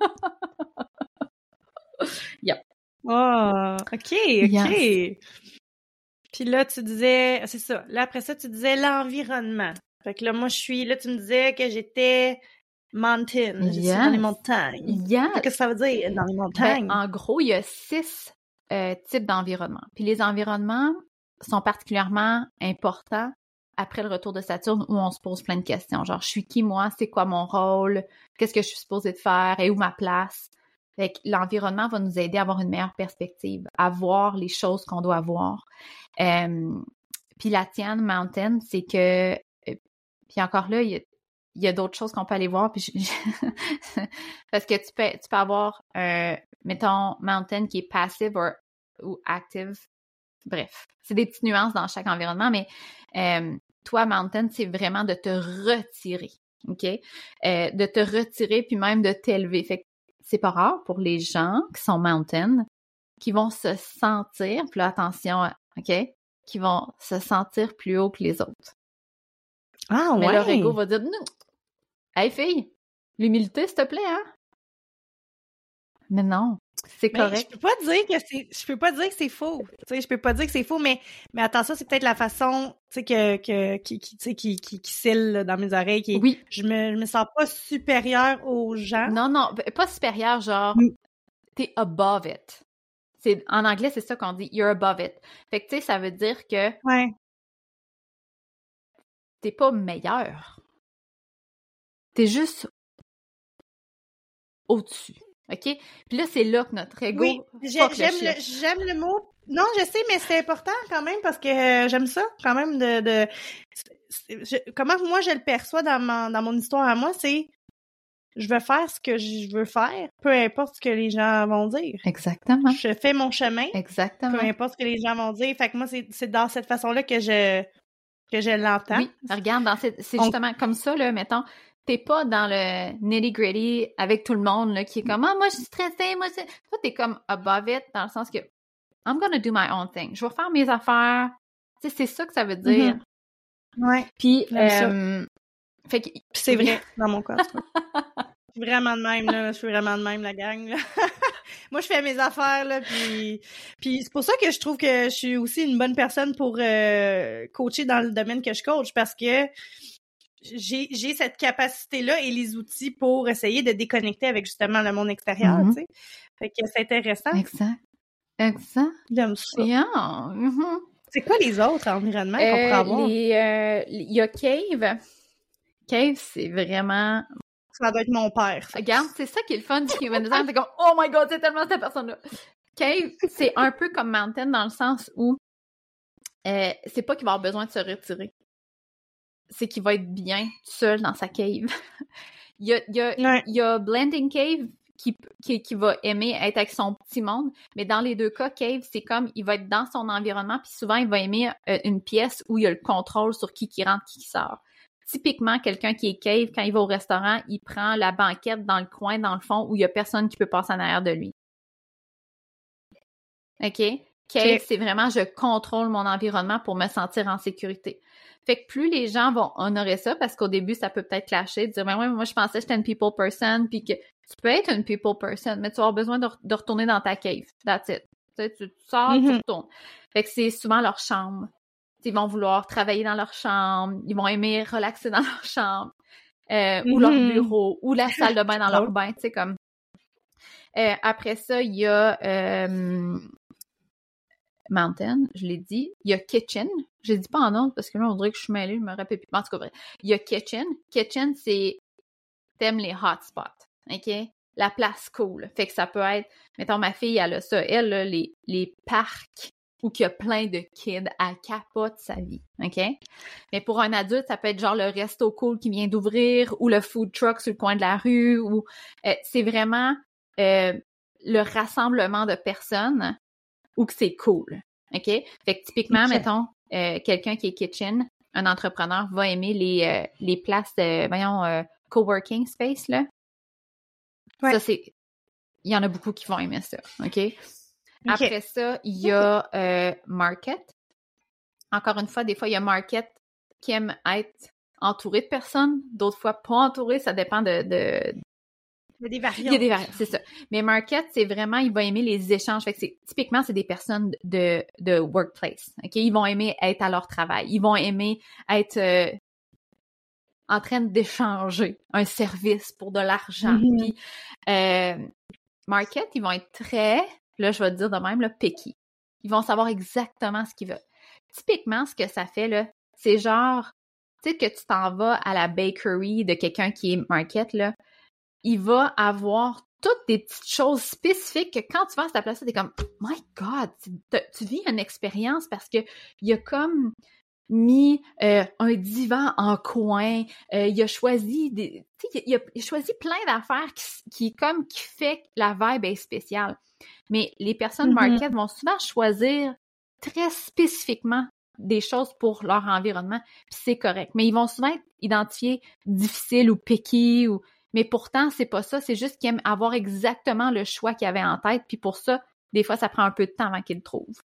Yep. Oh, OK. Yes. Puis là, tu disais... C'est ça. Là, après ça, tu disais l'environnement. Fait que là, moi, là, tu me disais que j'étais mountain. Je suis dans les montagnes. Yes. Qu'est-ce que ça veut dire, dans les montagnes? En gros, il y a 6 types d'environnements. Puis les environnements sont particulièrement importants après le retour de Saturne où on se pose plein de questions. Genre, je suis qui, moi? C'est quoi mon rôle? Qu'est-ce que je suis supposée de faire? Et où ma place? Fait que l'environnement va nous aider à avoir une meilleure perspective, à voir les choses qu'on doit voir. Puis la tienne, Mountain, c'est que... puis encore là, il y a d'autres choses qu'on peut aller voir. Puis parce que tu peux avoir, mettons, Mountain qui est passive ou active. Bref, c'est des petites nuances dans chaque environnement, mais toi, Mountain, c'est vraiment de te retirer, OK? De te retirer puis même de t'élever. Fait que c'est pas rare pour les gens qui sont Mountain qui vont se sentir, puis là, attention, OK? Qui vont se sentir plus haut que les autres. Ah, ouais! Mais leur ego va dire, non, hey fille, l'humilité, s'il te plaît, hein? Mais non, c'est correct. Je peux pas dire que c'est faux. Tu sais, je peux pas dire que c'est faux, mais attention, c'est peut-être la façon, tu sais, qui scille là, dans mes oreilles, Oui. Je me sens pas supérieure aux gens. Non, pas supérieure, genre, t'es above it. En anglais, c'est ça qu'on dit, you're above it. Fait que, tu sais, ça veut dire que t'es pas meilleur. T'es juste au-dessus. OK? Puis là, c'est là que notre ego... Oui, j'aime le mot. Non, je sais, mais c'est important quand même parce que j'aime ça quand même comment moi je le perçois dans mon histoire à moi, c'est je veux faire ce que je veux faire, peu importe ce que les gens vont dire. Exactement. Je fais mon chemin. Exactement. Peu importe ce que les gens vont dire. Fait que moi, c'est dans cette façon-là que je l'entends. Oui, regarde, c'est justement comme ça, là, mettons, t'es pas dans le nitty-gritty avec tout le monde, là, qui est comme « Ah, moi, je suis stressée, moi, c'est... » Toi, t'es comme above it, dans le sens que « I'm gonna do my own thing. Je vais faire mes affaires. » Tu sais, c'est ça que ça veut dire. Ouais. Puis, fait que... c'est vrai, dans mon cas. Je suis vraiment de même, là. Je suis vraiment de même, la gang, là. Moi, je fais mes affaires, là, puis c'est pour ça que je trouve que je suis aussi une bonne personne pour coacher dans le domaine que je coach, parce que j'ai cette capacité-là et les outils pour essayer de déconnecter avec, justement, le monde extérieur, tu sais. Fait que c'est intéressant. Exact. J'aime ça. Yeah. C'est quoi les autres environnements qu'on pourrait avoir? Il y a Cave. Cave, c'est vraiment... Ça doit être mon père. Ça. Regarde, c'est ça qui est le fun du human design. C'est comme, oh my god, c'est tellement cette personne-là. Cave, c'est un peu comme Mountain dans le sens où c'est pas qu'il va avoir besoin de se retirer. C'est qu'il va être bien seul dans sa cave. il y a Blending Cave qui va aimer être avec son petit monde, mais dans les deux cas, Cave, c'est comme il va être dans son environnement, puis souvent, il va aimer une pièce où il y a le contrôle sur qui rentre, qui sort. Typiquement, quelqu'un qui est cave, quand il va au restaurant, il prend la banquette dans le coin, dans le fond, où il y a personne qui peut passer en arrière de lui. OK? Cave, c'est vraiment, je contrôle mon environnement pour me sentir en sécurité. Fait que plus les gens vont honorer ça, parce qu'au début, ça peut peut-être clasher, de dire, ben ouais, moi, je pensais que j'étais une people person, puis que tu peux être une people person, mais tu vas avoir besoin de retourner dans ta cave. That's it. Tu sors, tu retournes. Fait que c'est souvent leur chambre. Ils vont vouloir travailler dans leur chambre, ils vont aimer relaxer dans leur chambre, ou leur bureau, ou la salle de bain dans leur bain, tu sais, comme. Après ça, il y a Mountain, je l'ai dit. Il y a Kitchen. Je l'ai dit pas en ordre parce que là, on dirait que je suis mêlée, je me rappelle plus. En tout cas, bref. Il y a Kitchen. Kitchen, c'est... T'aimes les hotspots, OK? La place cool. Fait que ça peut être... Mettons, ma fille, elle a ça. Elle, là, les parcs ou qui a plein de kids, elle capote sa vie, OK? Mais pour un adulte, ça peut être genre le resto cool qui vient d'ouvrir ou le food truck sur le coin de la rue ou c'est vraiment le rassemblement de personnes où que c'est cool, OK? Fait que typiquement, mettons, quelqu'un qui est kitchen, un entrepreneur va aimer les places, coworking space, là. Ouais. Ça, il y en a beaucoup qui vont aimer ça, OK? Après ça, il y a market. Encore une fois, des fois, il y a market qui aime être entouré de personnes, d'autres fois pas entouré, ça dépend de... Il y a des variantes. Il y a des variantes, c'est ça. Mais market, c'est vraiment, il va aimer les échanges. Fait que typiquement, c'est des personnes de workplace, OK? Ils vont aimer être à leur travail. Ils vont aimer être en train d'échanger un service pour de l'argent. Puis, market, ils vont être très, là, je vais te dire de même, là, picky. Ils vont savoir exactement ce qu'ils veulent. Typiquement, ce que ça fait, là, c'est genre, tu sais, que tu t'en vas à la bakery de quelqu'un qui est market, là, il va avoir toutes des petites choses spécifiques que quand tu vas à cette place-là, t'es comme « My God! » Tu vis une expérience parce que il a comme mis un divan en coin, il a choisi il a choisi plein d'affaires qui fait que la vibe est spéciale. Mais les personnes market vont souvent choisir très spécifiquement des choses pour leur environnement, puis c'est correct. Mais ils vont souvent être identifiés difficiles ou picky ou... Mais pourtant, c'est pas ça, c'est juste qu'ils aiment avoir exactement le choix qu'ils avaient en tête, puis pour ça, des fois, ça prend un peu de temps avant qu'ils le trouvent.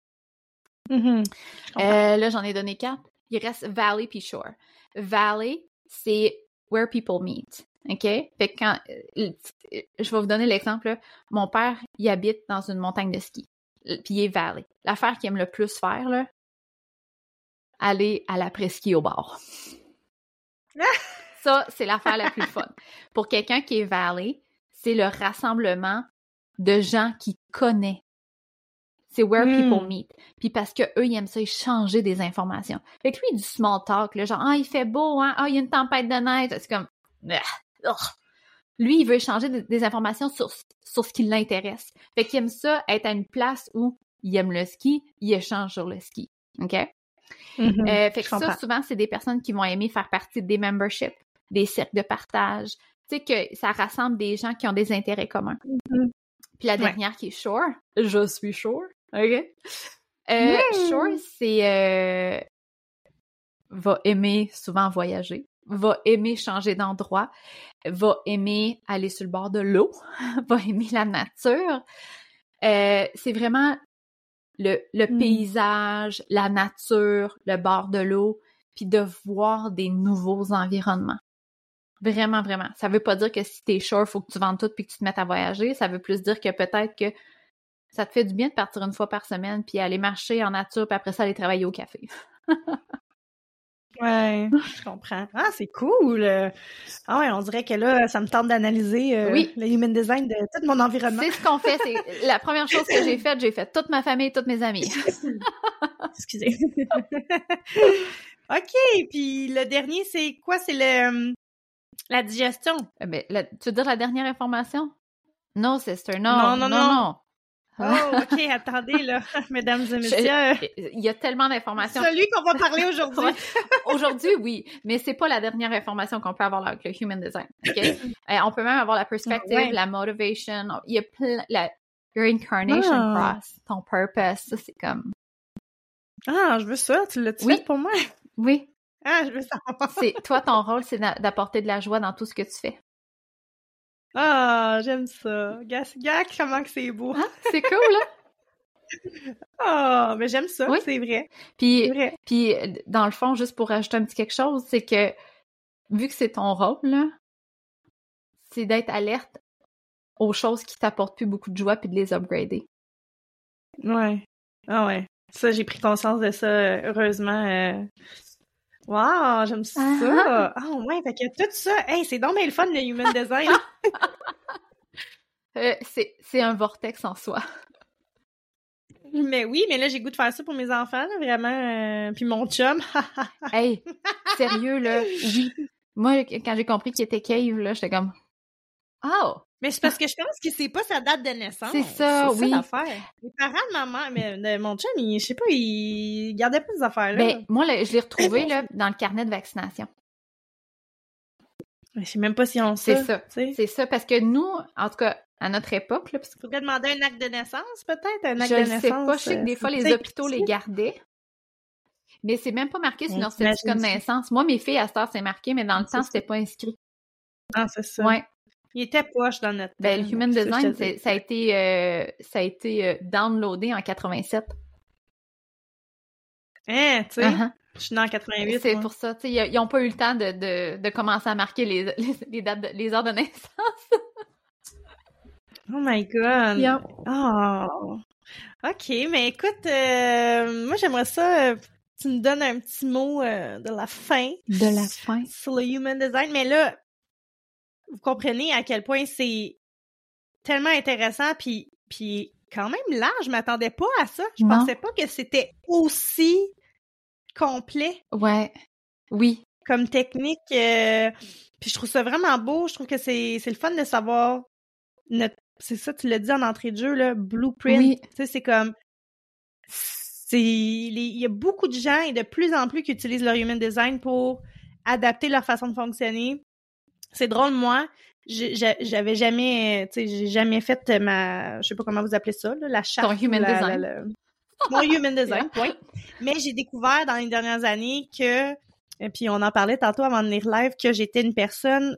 Là, j'en ai donné 4. Il reste Valley puis Shore. Valley, c'est where people meet, OK? Fait que quand... je vais vous donner l'exemple, là. Mon père, il habite dans une montagne de ski, puis il est Valley. L'affaire qu'il aime le plus faire, là, aller à l'après-ski au bar. Ça, c'est l'affaire la plus fun. Pour quelqu'un qui est Valley, c'est le rassemblement de gens qu'il connaît. C'est where people meet. Puis parce que eux, ils aiment ça échanger des informations. Fait que lui, du small talk, là, genre, il fait beau, hein, il y a une tempête de neige. C'est comme, lui, il veut échanger des informations sur ce qui l'intéresse. Fait qu'il aime ça, être à une place où il aime le ski, il échange sur le ski. OK? Fait que ça, souvent, c'est des personnes qui vont aimer faire partie des memberships, des cercles de partage. Tu sais que ça rassemble des gens qui ont des intérêts communs. Puis la dernière qui est Shore. Je suis Shore. OK? Shore, c'est... va aimer souvent voyager, va aimer changer d'endroit, va aimer aller sur le bord de l'eau, va aimer la nature. C'est vraiment le paysage, la nature, le bord de l'eau, puis de voir des nouveaux environnements. Vraiment, vraiment. Ça veut pas dire que si t'es Shore, faut que tu vendes tout puis que tu te mettes à voyager. Ça veut plus dire que peut-être que ça te fait du bien de partir une fois par semaine puis aller marcher en nature puis après ça aller travailler au café. Ouais, je comprends. Ah, c'est cool! Ah ouais, on dirait que là, ça me tente d'analyser le human design de tout mon environnement. C'est ce qu'on fait. C'est la première chose que j'ai faite toute ma famille, toutes mes amis. Excusez. OK, puis le dernier, c'est quoi? C'est la digestion. Ben, tu veux dire la dernière information? Non, sister, non. Oh, OK, attendez, là, mesdames et messieurs. Il y a tellement d'informations. Celui qu'on va parler aujourd'hui. Aujourd'hui, oui, mais c'est pas la dernière information qu'on peut avoir avec le Human Design. Okay? On peut même avoir la perspective, la motivation. Il y a your incarnation cross, ton purpose. Ça, c'est comme... Ah, je veux ça. Tu l'as-tu fait pour moi? Oui. Ah, je veux savoir. Toi, ton rôle, c'est d'apporter de la joie dans tout ce que tu fais. Ah, j'aime ça. Gars, comment que c'est beau. Ah, c'est cool, hein? Ah, mais j'aime ça, c'est vrai. Puis, dans le fond, juste pour rajouter un petit quelque chose, c'est que, vu que c'est ton rôle, là, c'est d'être alerte aux choses qui t'apportent plus beaucoup de joie puis de les upgrader. Ouais. Ah ouais. Ça, j'ai pris conscience de ça, heureusement. Wow, j'aime ça! Ah ouais, fait que tout ça, hey, c'est donc bien le fun, le human design! C'est un vortex en soi. Mais oui, mais là, j'ai goût de faire ça pour mes enfants, là, vraiment. Puis mon chum. Hey, sérieux, là, oui. Moi, quand j'ai compris qu'il était cave, là, j'étais comme, oh, Mais c'est parce que je pense qu'il sait pas sa date de naissance. C'est ça, oui. C'est ça l'affaire. Les parents de maman, mais de mon chum, je sais pas, il gardait pas ces affaires-là. Ben, moi, je l'ai retrouvé là, dans le carnet de vaccination. Je sais même pas si on C'est sait. ça. T'sais. C'est ça, parce que nous, en tout cas, à notre époque, là, parce que Faudrait demander un acte de naissance, peut-être, un acte je de le naissance. sais pas, je sais que des fois, les hôpitaux les gardaient. Mais c'est même pas marqué sur leur certificat de naissance. Moi, mes filles, à cette heure, c'est marqué, mais dans le temps, c'était pas inscrit. Ah, c'est ça. Ouais. Il était poche dans notre... Ben, le Human Design, ça a été downloadé en 87. Hein, tu sais, je suis née en 88. C'est moi. pour ça, tu sais, ils n'ont pas eu le temps de commencer à marquer les dates, les heures de naissance. Oh my God! Yep. Oh! OK, mais écoute, moi, j'aimerais ça... tu me donnes un petit mot de la fin. De la fin. Sur le Human Design. Mais là, vous comprenez à quel point c'est tellement intéressant, puis quand même large, je m'attendais pas à ça. Je pensais pas que c'était aussi complet. Ouais. Oui. Comme technique. Puis je trouve ça vraiment beau. Je trouve que c'est le fun de savoir c'est ça, tu l'as dit en entrée de jeu, là, blueprint. Oui. Tu sais, c'est comme... il y a beaucoup de gens et de plus en plus qui utilisent leur Human Design pour adapter leur façon de fonctionner. C'est drôle, moi, j'avais jamais, tu sais, j'ai jamais fait je sais pas comment vous appelez ça, là, la charte. Ton Human Design. Mon Human Design, point. Mais j'ai découvert dans les dernières années que, puis on en parlait tantôt avant de venir live, que j'étais une personne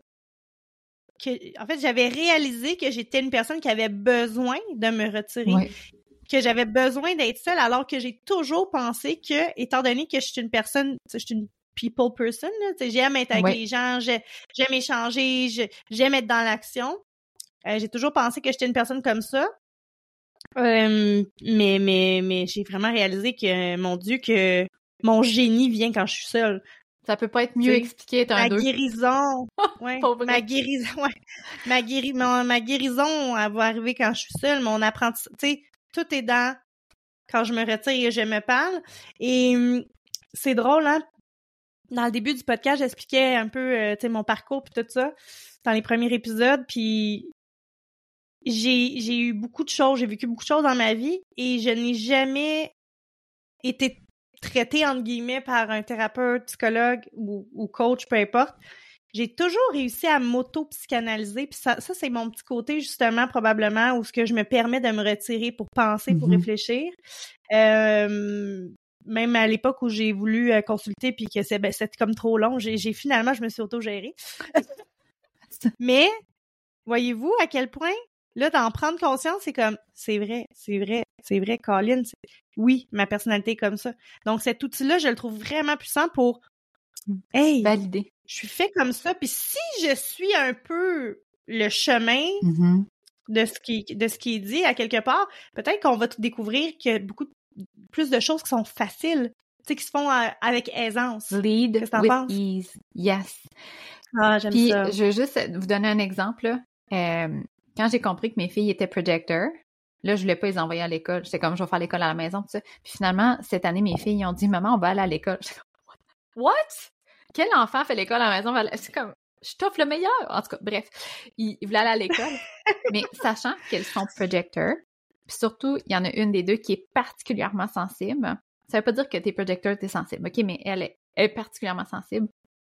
en fait, j'avais réalisé que j'étais une personne qui avait besoin de me retirer. Ouais. Que j'avais besoin d'être seule, alors que j'ai toujours pensé que, étant donné que je suis une personne, je suis une people person, là, j'aime être avec les gens, j'aime échanger, j'aime être dans l'action. J'ai toujours pensé que j'étais une personne comme ça. Mais j'ai vraiment réalisé que, mon Dieu, que mon génie vient quand je suis seule. Ça peut pas être mieux expliqué être un 2. Guérison, ouais, ma guérison, ouais, ma guérison, elle va arriver quand je suis seule. Mon apprentissage, tu sais, tout est dans quand je me retire et je me parle. Et c'est drôle, hein? Dans le début du podcast, j'expliquais un peu, tu sais, mon parcours puis tout ça dans les premiers épisodes. Puis j'ai eu beaucoup de choses, j'ai vécu beaucoup de choses dans ma vie et je n'ai jamais été traitée, entre guillemets, par un thérapeute, psychologue ou coach, peu importe. J'ai toujours réussi à m'auto-psychanalyser, puis ça c'est mon petit côté, justement, probablement, où ce que je me permets de me retirer pour penser, pour réfléchir. Même à l'époque où j'ai voulu consulter, puis que c'était comme trop long, finalement, je me suis auto-gérée. Mais, voyez-vous à quel point, là, d'en prendre conscience, c'est comme, c'est vrai, Colin, oui, ma personnalité est comme ça. Donc, cet outil-là, je le trouve vraiment puissant pour, hey, valider. Je suis fait comme ça, puis si je suis un peu le chemin de ce qui est dit à quelque part, peut-être qu'on va découvrir qu'il y a beaucoup plus de choses qui sont faciles, tu sais, qui se font avec aisance. Lead with ease, yes. Ah, j'aime puis, ça. Je veux juste vous donner un exemple, là. Quand j'ai compris que mes filles étaient projecteurs, là, je voulais pas les envoyer à l'école. J'étais comme, je vais faire l'école à la maison, tout ça. Puis finalement, cette année, mes filles, ils ont dit, maman, on va aller à l'école. J'étais comme, what? Quel enfant fait l'école à la maison? C'est comme, je t'offre le meilleur. En tout cas, bref, ils voulaient aller à l'école. Mais sachant qu'elles sont projecteurs, puis surtout, il y en a une des deux qui est particulièrement sensible. Ça veut pas dire que t'es projecteur, t'es sensible. OK, mais elle est particulièrement sensible.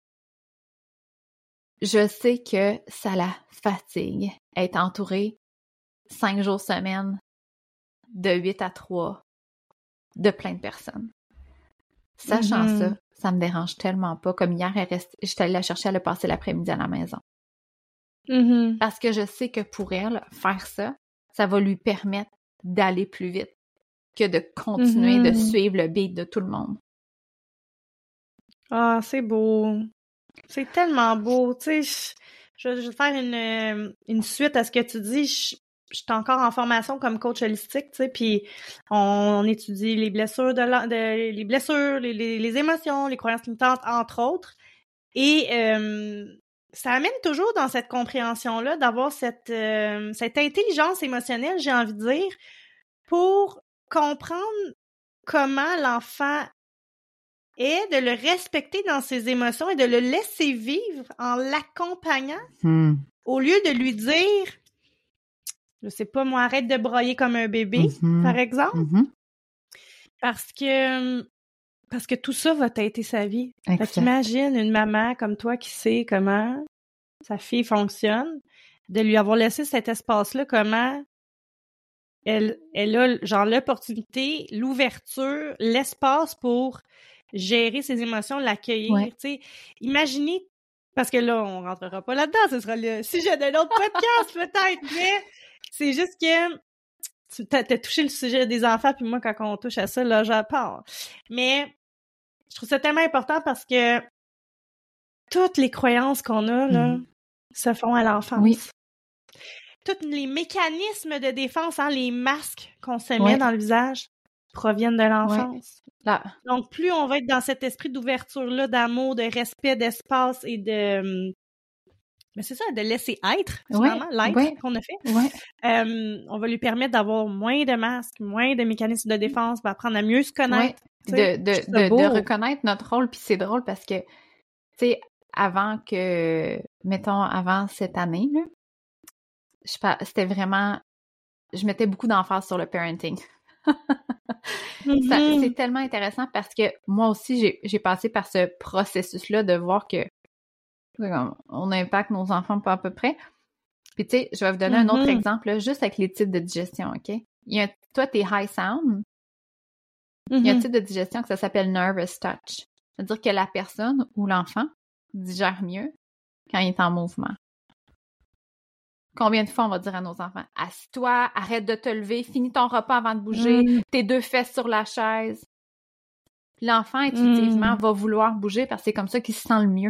Je sais que ça la fatigue être entourée 5 jours semaine de 8 à 3 de plein de personnes. Sachant ça me dérange tellement pas. Comme hier, j'étais allée la chercher, elle a passé l'après-midi à la maison. Parce que je sais que pour elle, faire ça, ça va lui permettre d'aller plus vite que de continuer de suivre le beat de tout le monde. Ah, c'est beau. C'est tellement beau. Tu sais, je vais faire une suite à ce que tu dis. Je suis encore en formation comme coach holistique, tu sais, puis on étudie les blessures les blessures, les émotions, les croyances limitantes, entre autres. Et ça amène toujours dans cette compréhension-là d'avoir cette intelligence émotionnelle, j'ai envie de dire, pour comprendre comment l'enfant est, de le respecter dans ses émotions et de le laisser vivre en l'accompagnant, au lieu de lui dire Je sais pas, moi, arrête de broyer comme un bébé, par exemple. Parce que tout ça va t'aider sa vie. Fait qu'imagine une maman comme toi qui sait comment sa fille fonctionne, de lui avoir laissé cet espace-là, comment elle a genre l'opportunité, l'ouverture, l'espace pour gérer ses émotions, l'accueillir, tu sais. Imaginez, parce que là, on rentrera pas là-dedans, ce sera le sujet d'un autre podcast peut-être, mais c'est juste que t'as touché le sujet des enfants, puis moi, quand on touche à ça, là, j'en parle. Mais je trouve ça tellement important parce que toutes les croyances qu'on a, là, se font à l'enfance. Oui. Tous les mécanismes de défense, hein, les masques qu'on se met dans le visage proviennent de l'enfance. Là. Donc, plus on va être dans cet esprit d'ouverture-là, d'amour, de respect, d'espace et de... Mais c'est ça, de laisser être, finalement, l'être qu'on a fait. On va lui permettre d'avoir moins de masques, moins de mécanismes de défense, apprendre à mieux se connaître. De reconnaître notre rôle, puis c'est drôle parce que, tu sais, avant cette année, là, c'était vraiment... Je mettais beaucoup d'emphase sur le parenting. C'est tellement intéressant parce que moi aussi, j'ai passé par ce processus-là de voir que on impacte nos enfants pas à peu près. Puis tu sais, je vais vous donner un autre exemple, là, juste avec les types de digestion, OK? Toi, t'es high sound. Il y a un type de digestion que ça s'appelle nervous touch. C'est-à-dire que la personne ou l'enfant digère mieux quand il est en mouvement. Combien de fois on va dire à nos enfants « Assis-toi, arrête de te lever, finis ton repas avant de bouger, tes 2 fesses sur la chaise. » L'enfant, intuitivement, va vouloir bouger parce que c'est comme ça qu'il se sent le mieux.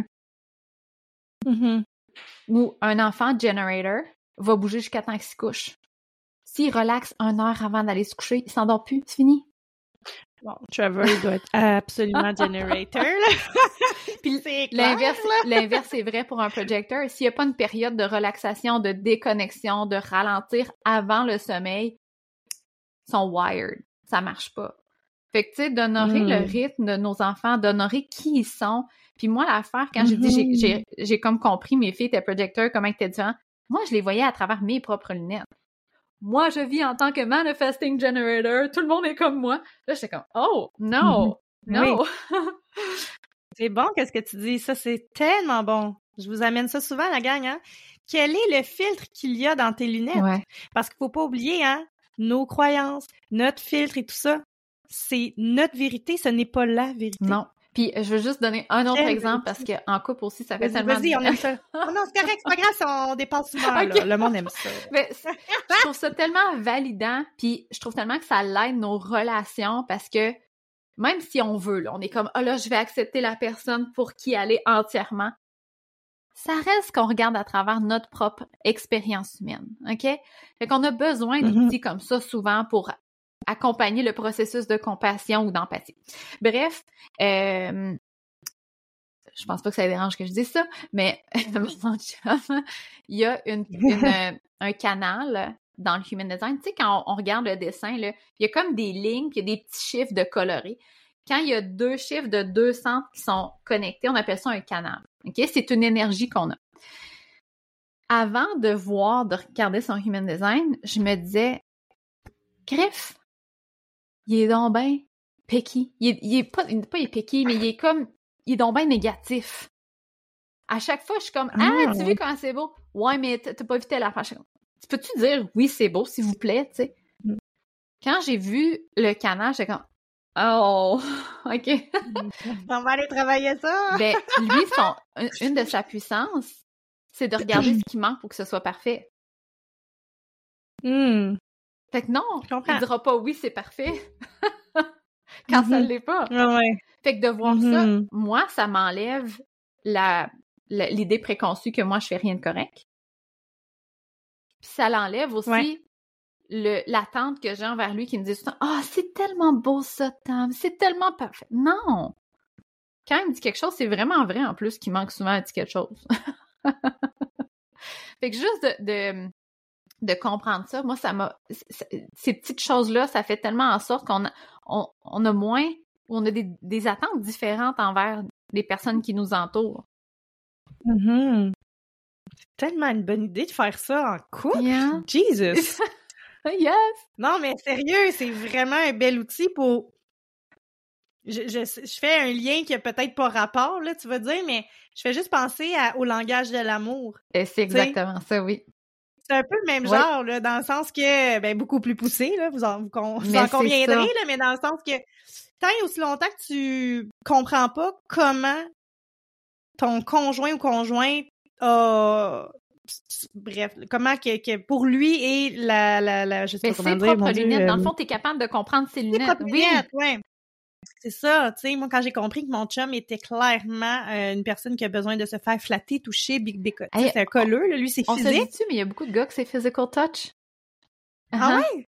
Ou un enfant generator va bouger jusqu'à temps qu'il se couche. S'il relaxe 1 heure avant d'aller se coucher, il s'endort plus, c'est fini. Bon, Trevor, il doit être absolument generator. Puis l'inverse est vrai pour un projector. S'il n'y a pas une période de relaxation, de déconnexion, de ralentir avant le sommeil, ils sont wired. Ça marche pas. Fait que, tu sais, d'honorer le rythme de nos enfants, d'honorer qui ils sont. Puis moi, l'affaire, quand j'ai comme compris mes filles étaient projecteurs, comment ils étaient différents, moi, je les voyais à travers mes propres lunettes. Moi, je vis en tant que manifesting generator. Tout le monde est comme moi. Là, j'étais comme, oh, no, no. Oui. C'est bon, qu'est-ce que tu dis? Ça, c'est tellement bon. Je vous amène ça souvent, la gang, hein? Quel est le filtre qu'il y a dans tes lunettes? Ouais. Parce qu'il faut pas oublier, hein, nos croyances, notre filtre et tout ça, c'est notre vérité, ce n'est pas la vérité. Non. Puis, je veux juste donner un autre exemple parce qu'en couple aussi, ça fait tellement... Vas-y, on aime ça. Oh non, c'est correct, c'est pas grave si on dépasse souvent, là. Le monde aime ça. Mais je trouve ça tellement validant, puis je trouve tellement que ça l'aide nos relations parce que même si on veut, là, on est comme « Ah là, je vais accepter la personne pour qui elle est entièrement », ça reste qu'on regarde à travers notre propre expérience humaine, OK? Fait qu'on a besoin d'outils comme ça souvent pour accompagner le processus de compassion ou d'empathie. Bref, je pense pas que ça dérange que je dise ça, mais il y a un canal dans le Human Design. Tu sais, quand on regarde le dessin, là, il y a comme des lignes, puis il y a des petits chiffres de colorés. Quand il y a 2 chiffres de 2 centres qui sont connectés, on appelle ça un canal. OK? C'est une énergie qu'on a. Avant de regarder son Human Design, je me disais, Griff, il est donc ben picky. Il est pas picky, mais il est donc ben négatif. À chaque fois, je suis comme, tu vu comment c'est beau? Ouais, mais t'as pas vu telle affaire. Tu peux-tu dire, oui, c'est beau, s'il vous plaît, tu sais? Quand j'ai vu le canal, j'étais comme, oh, OK. On va aller travailler ça. Ben, lui, une de sa puissance, c'est de regarder ce qui manque pour que ce soit parfait. Fait que non, il dira pas oui, c'est parfait quand ça l'est pas. Ouais. Fait que de voir ça, moi, ça m'enlève l'idée préconçue que moi, je fais rien de correct. Puis ça l'enlève aussi l'attente que j'ai envers lui qui me dit tout le temps « Ah, c'est tellement beau ça, Tam, c'est tellement parfait. » Non! Quand il me dit quelque chose, c'est vraiment vrai en plus qu'il manque souvent à dire quelque chose. Fait que juste de comprendre ça, moi, ces petites choses-là, ça fait tellement en sorte qu'on a moins, on a des attentes différentes envers les personnes qui nous entourent. tellement une bonne idée de faire ça en couple. Yeah. Jesus! Yes! Non, mais sérieux, c'est vraiment un bel outil pour... Je fais un lien qui a peut-être pas rapport, là, tu vas dire, mais je fais juste penser au langage de l'amour. Et c'est exactement ça, oui. C'est un peu le même genre, là, dans le sens que, ben, beaucoup plus poussé, là, vous en conviendrez, là, mais dans le sens que tant et aussi longtemps que tu comprends pas comment ton conjoint ou conjointe a... Bref, comment que pour lui et la je sais pas comment dire, ses propres lunettes. Dans le fond, t'es capable de comprendre ses lunettes. Oui. Ouais. C'est ça, tu sais, moi, quand j'ai compris que mon chum était clairement une personne qui a besoin de se faire flatter, toucher, c'est un colleux, là, lui, c'est physique. On se dit-tu, mais il y a beaucoup de gars que c'est physical touch. Ah ouais?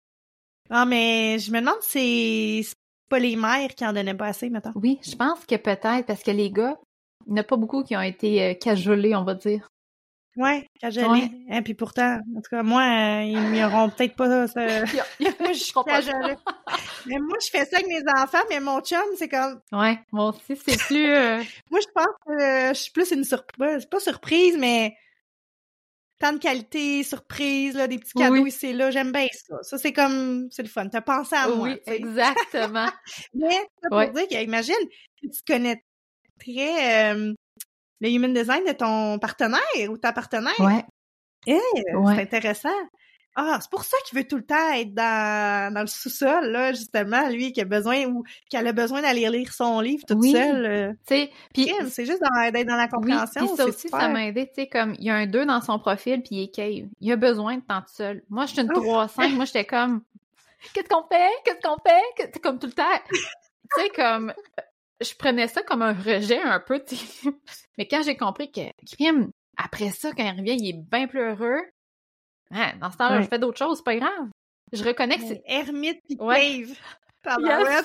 Ah, mais je me demande si c'est pas les mères qui en donnaient pas assez, mettons. Oui, je pense que peut-être, parce que les gars, il n'y en a pas beaucoup qui ont été cajolés, on va dire. Ouais, cajolés. Ouais. Et puis pourtant, en tout cas, moi, ils m'auront peut-être pas ça. Moi, je suis cajolée. Mais moi, je fais ça avec mes enfants, mais mon chum, c'est comme... Ouais, moi aussi, c'est plus... Moi, je pense que je suis plus une surprise. Pas surprise, mais... Tant de qualité, surprise, là, des petits cadeaux ici et là, j'aime bien ça. Ça, c'est comme... C'est le fun. T'as pensé à moi, oui, exactement. Mais ça pour dire qu'imagine, tu connais très... le human design de ton partenaire ou ta partenaire. Ouais. C'est intéressant. Ah, c'est pour ça qu'il veut tout le temps être dans le sous-sol, là, justement, lui, qui a besoin ou qu'elle a besoin d'aller lire son livre toute seule. Tu sais, puis c'est juste d'être dans la compréhension. Puis ça aussi, ça m'a aidé, tu sais, comme, il y a un 2 dans son profil, puis il est cave. Il a besoin de temps seul. Moi, je suis une 3-5, moi, j'étais comme, qu'est-ce qu'on fait? Comme tout le temps. Tu sais, comme... Je prenais ça comme un rejet un peu, tu sais. Mais quand j'ai compris que crime, après ça, quand il revient, il est bien plus heureux. Hein, dans ce temps-là, je fais d'autres choses, c'est pas grave. Je reconnais que c'est... Ermite pis cave. Yes.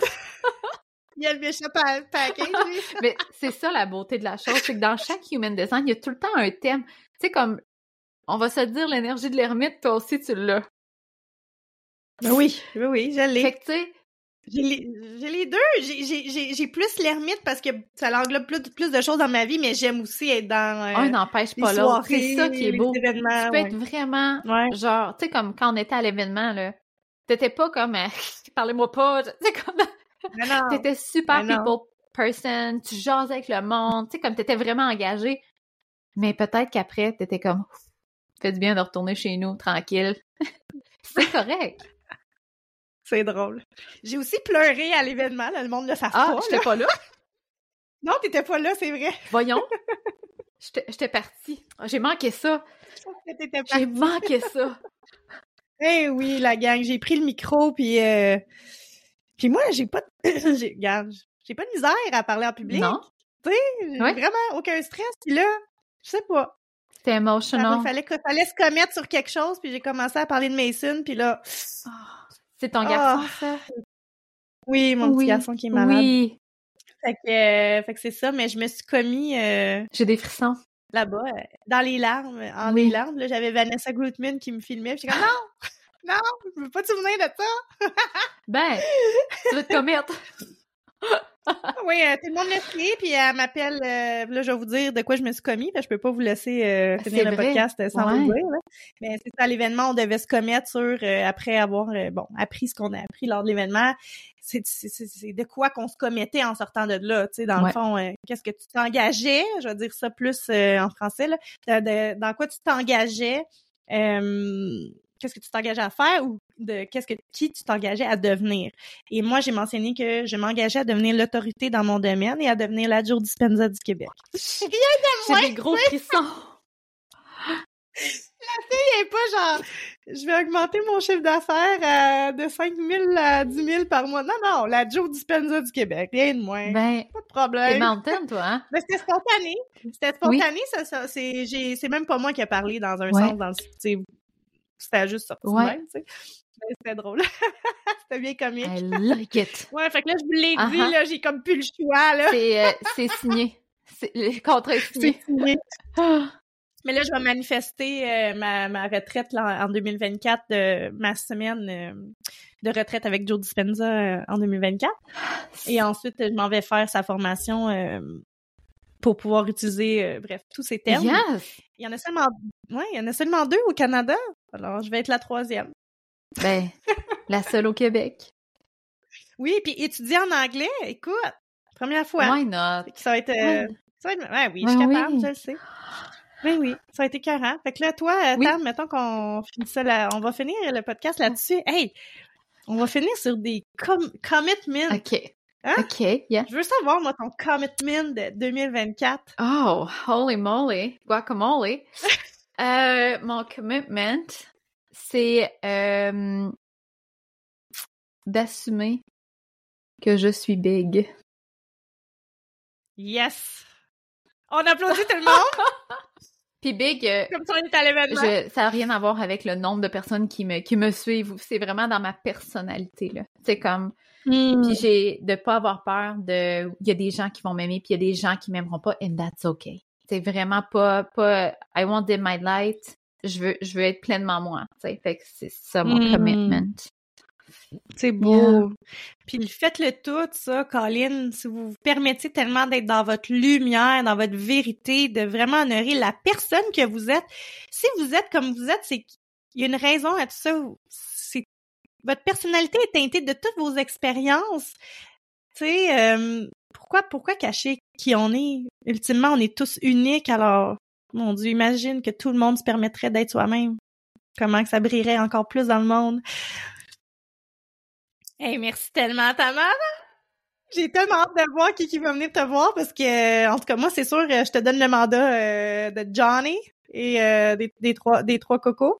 Il y a le méchant package, lui. Mais c'est ça la beauté de la chose, c'est que dans chaque human design, il y a tout le temps un thème. Tu sais, comme, on va se dire l'énergie de l'ermite, toi aussi, tu l'as. Oui, je l'ai. Fait que, tu sais, j'ai les deux. J'ai plus l'ermite parce que ça englobe plus de choses dans ma vie, mais j'aime aussi être dans un n'empêche pas l'autre. C'est ça qui est beau. Tu peux être vraiment genre, tu sais, comme quand on était à l'événement, là, t'étais pas comme parlez-moi pas, tu sais, comme t'étais super people person, tu jasais avec le monde, tu sais, comme t'étais vraiment engagé. Mais peut-être qu'après, t'étais comme fait du bien de retourner chez nous, tranquille. C'est correct. C'est drôle. J'ai aussi pleuré à l'événement, là, le monde le savent pas. Ah, j'étais pas là? Non, t'étais pas là, c'est vrai. Voyons. J'étais partie. J'ai manqué ça. J'ai manqué ça. Eh oui, la gang, j'ai pris le micro, puis moi, j'ai pas de misère à parler en public. Non. Tu sais, j'ai vraiment aucun stress. Puis là, je sais pas. C'était emotional. Il fallait se commettre sur quelque chose, puis j'ai commencé à parler de Mason, puis là... C'est ton garçon, ça? Oui, mon petit garçon qui est malade. Oui. Fait que c'est ça, mais je me suis commis... J'ai des frissons. Là-bas, dans les larmes, les larmes, là, j'avais Vanessa Grootman qui me filmait, puis j'étais comme « Non! Non! Je veux pas te souvenir de ça! » Ben, tu veux te commettre. Oui, tout le monde le sait, puis elle m'appelle, là, je vais vous dire de quoi je me suis commis, parce que je peux pas vous laisser finir le podcast sans vous dire, là. Mais c'est ça, à l'événement, on devait se commettre sur, après avoir, appris ce qu'on a appris lors de l'événement, c'est de quoi qu'on se commettait en sortant de là, tu sais, dans le fond, qu'est-ce que tu t'engageais, je vais dire ça plus en français, là, dans quoi tu t'engageais, qu'est-ce que tu t'engageais à faire ou qui tu t'engageais à devenir. Et moi, j'ai mentionné que je m'engageais à devenir l'autorité dans mon domaine et à devenir la Joe Dispenza du Québec. Rien de moins! J'ai des gros frissons! La fille est pas genre, je vais augmenter mon chiffre d'affaires de 5 000 à 10 000 par mois. Non, la Joe Dispenza du Québec. Rien de moins. Ben, pas de problème. T'es mountain, toi, hein? Ben, c'était spontané. Ça, c'est même pas moi qui ai parlé dans un sens, dans le, c'était juste sorti même, tu sais. Mais c'était drôle. C'était bien comique. I like it. Ouais, fait que là, je vous l'ai dit, là, j'ai comme plus le choix, là. C'est signé. Le contrat est signé. C'est signé. Mais là, je vais manifester ma retraite là, en 2024, ma semaine de retraite avec Joe Dispenza en 2024. Et ensuite, je m'en vais faire sa formation pour pouvoir utiliser, bref, tous ces termes. Yes! Il y en a seulement 2 au Canada. Alors, je vais être la 3e. Ben, la seule au Québec. Oui, puis étudier en anglais, écoute, première fois. Why not? Ça va être... ouais, oui, je suis capable, je le sais. Ben oui, ça a été écœurant. Fait que là, toi, Tam, mettons qu'on finit ça on va finir le podcast là-dessus. Hey, on va finir sur des commitments. OK. Hein? OK, yeah. Je veux savoir, moi, ton commitment de 2024. Oh, holy moly, guacamole. Mon commitment, c'est d'assumer que je suis big. Yes! On applaudit tout le monde! Puis big, comme ça, on est à l'événement. Ça n'a rien à voir avec le nombre de personnes qui me suivent. C'est vraiment dans ma personnalité, là. C'est comme... Puis j'ai de pas avoir peur de... Il y a des gens qui vont m'aimer, puis il y a des gens qui m'aimeront pas, and that's okay. C'est vraiment pas... I want dim my light. Je veux être pleinement moi, tu sais. Fait que c'est ça, mon commitment. C'est beau. Yeah. Puis faites-le tout, ça, Colin, si vous vous permettez tellement d'être dans votre lumière, dans votre vérité, de vraiment honorer la personne que vous êtes. Si vous êtes comme vous êtes, c'est qu'il y a une raison à tout ça. Votre personnalité est teintée de toutes vos expériences. Tu sais, pourquoi cacher qui on est? Ultimement, on est tous uniques, alors, mon Dieu, imagine que tout le monde se permettrait d'être soi-même. Comment que ça brillerait encore plus dans le monde. Hey, merci tellement, Tamara! J'ai tellement hâte de voir qui va venir te voir parce que, en tout cas, moi, c'est sûr, je te donne le mandat de Johnny et des trois cocos.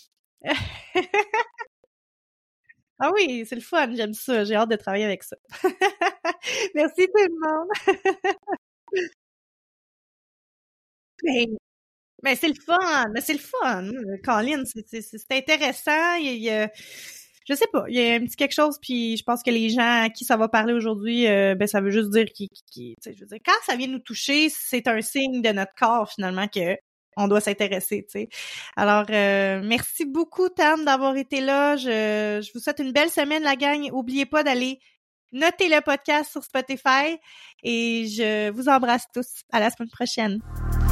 Ah oui, c'est le fun, j'aime ça, j'ai hâte de travailler avec ça. Merci tout le monde! Mais c'est le fun, Colin, c'est intéressant, je sais pas, il y a un petit quelque chose, puis je pense que les gens à qui ça va parler aujourd'hui, ça veut juste dire je veux dire, quand ça vient nous toucher, c'est un signe de notre corps, finalement, que on doit s'intéresser, tu sais. Alors, merci beaucoup, Tam, d'avoir été là. Je vous souhaite une belle semaine, la gang. Oubliez pas d'aller noter le podcast sur Spotify et je vous embrasse tous. À la semaine prochaine.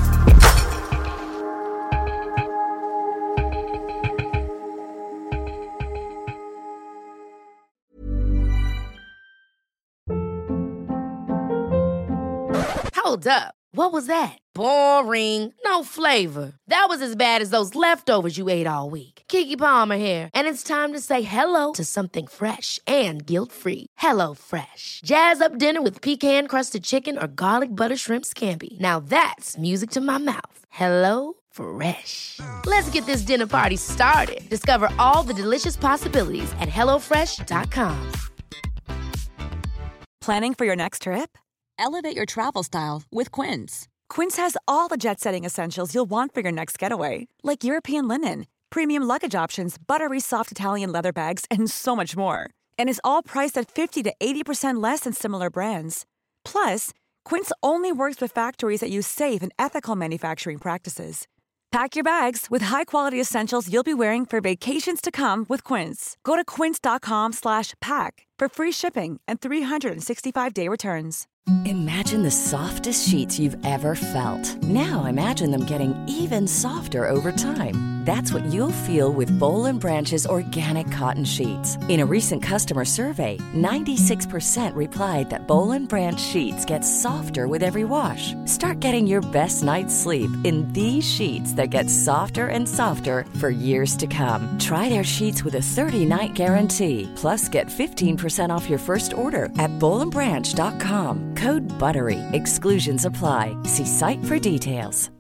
Hold up. What was that? Boring. No flavor. That was as bad as those leftovers you ate all week. Keke Palmer here, and it's time to say hello to something fresh and guilt-free. Hello Fresh. Jazz up dinner with pecan-crusted chicken or garlic butter shrimp scampi. Now that's music to my mouth. Hello Fresh. Let's get this dinner party started. Discover all the delicious possibilities at HelloFresh.com. Planning for your next trip? Elevate your travel style with Quince. Quince has all the jet-setting essentials you'll want for your next getaway, like European linen, premium luggage options, buttery soft Italian leather bags, and so much more. And is all priced at 50 to 80% less than similar brands. Plus, Quince only works with factories that use safe and ethical manufacturing practices. Pack your bags with high-quality essentials you'll be wearing for vacations to come with Quince. Go to quince.com/pack for free shipping and 365-day returns. Imagine the softest sheets you've ever felt. Now imagine them getting even softer over time. That's what you'll feel with Boll & Branch's organic cotton sheets. In a recent customer survey, 96% replied that Boll & Branch sheets get softer with every wash. Start getting your best night's sleep in these sheets that get softer and softer for years to come. Try their sheets with a 30-night guarantee. Plus, get 15% off your first order at bollandbranch.com. Code BUTTERY. Exclusions apply. See site for details.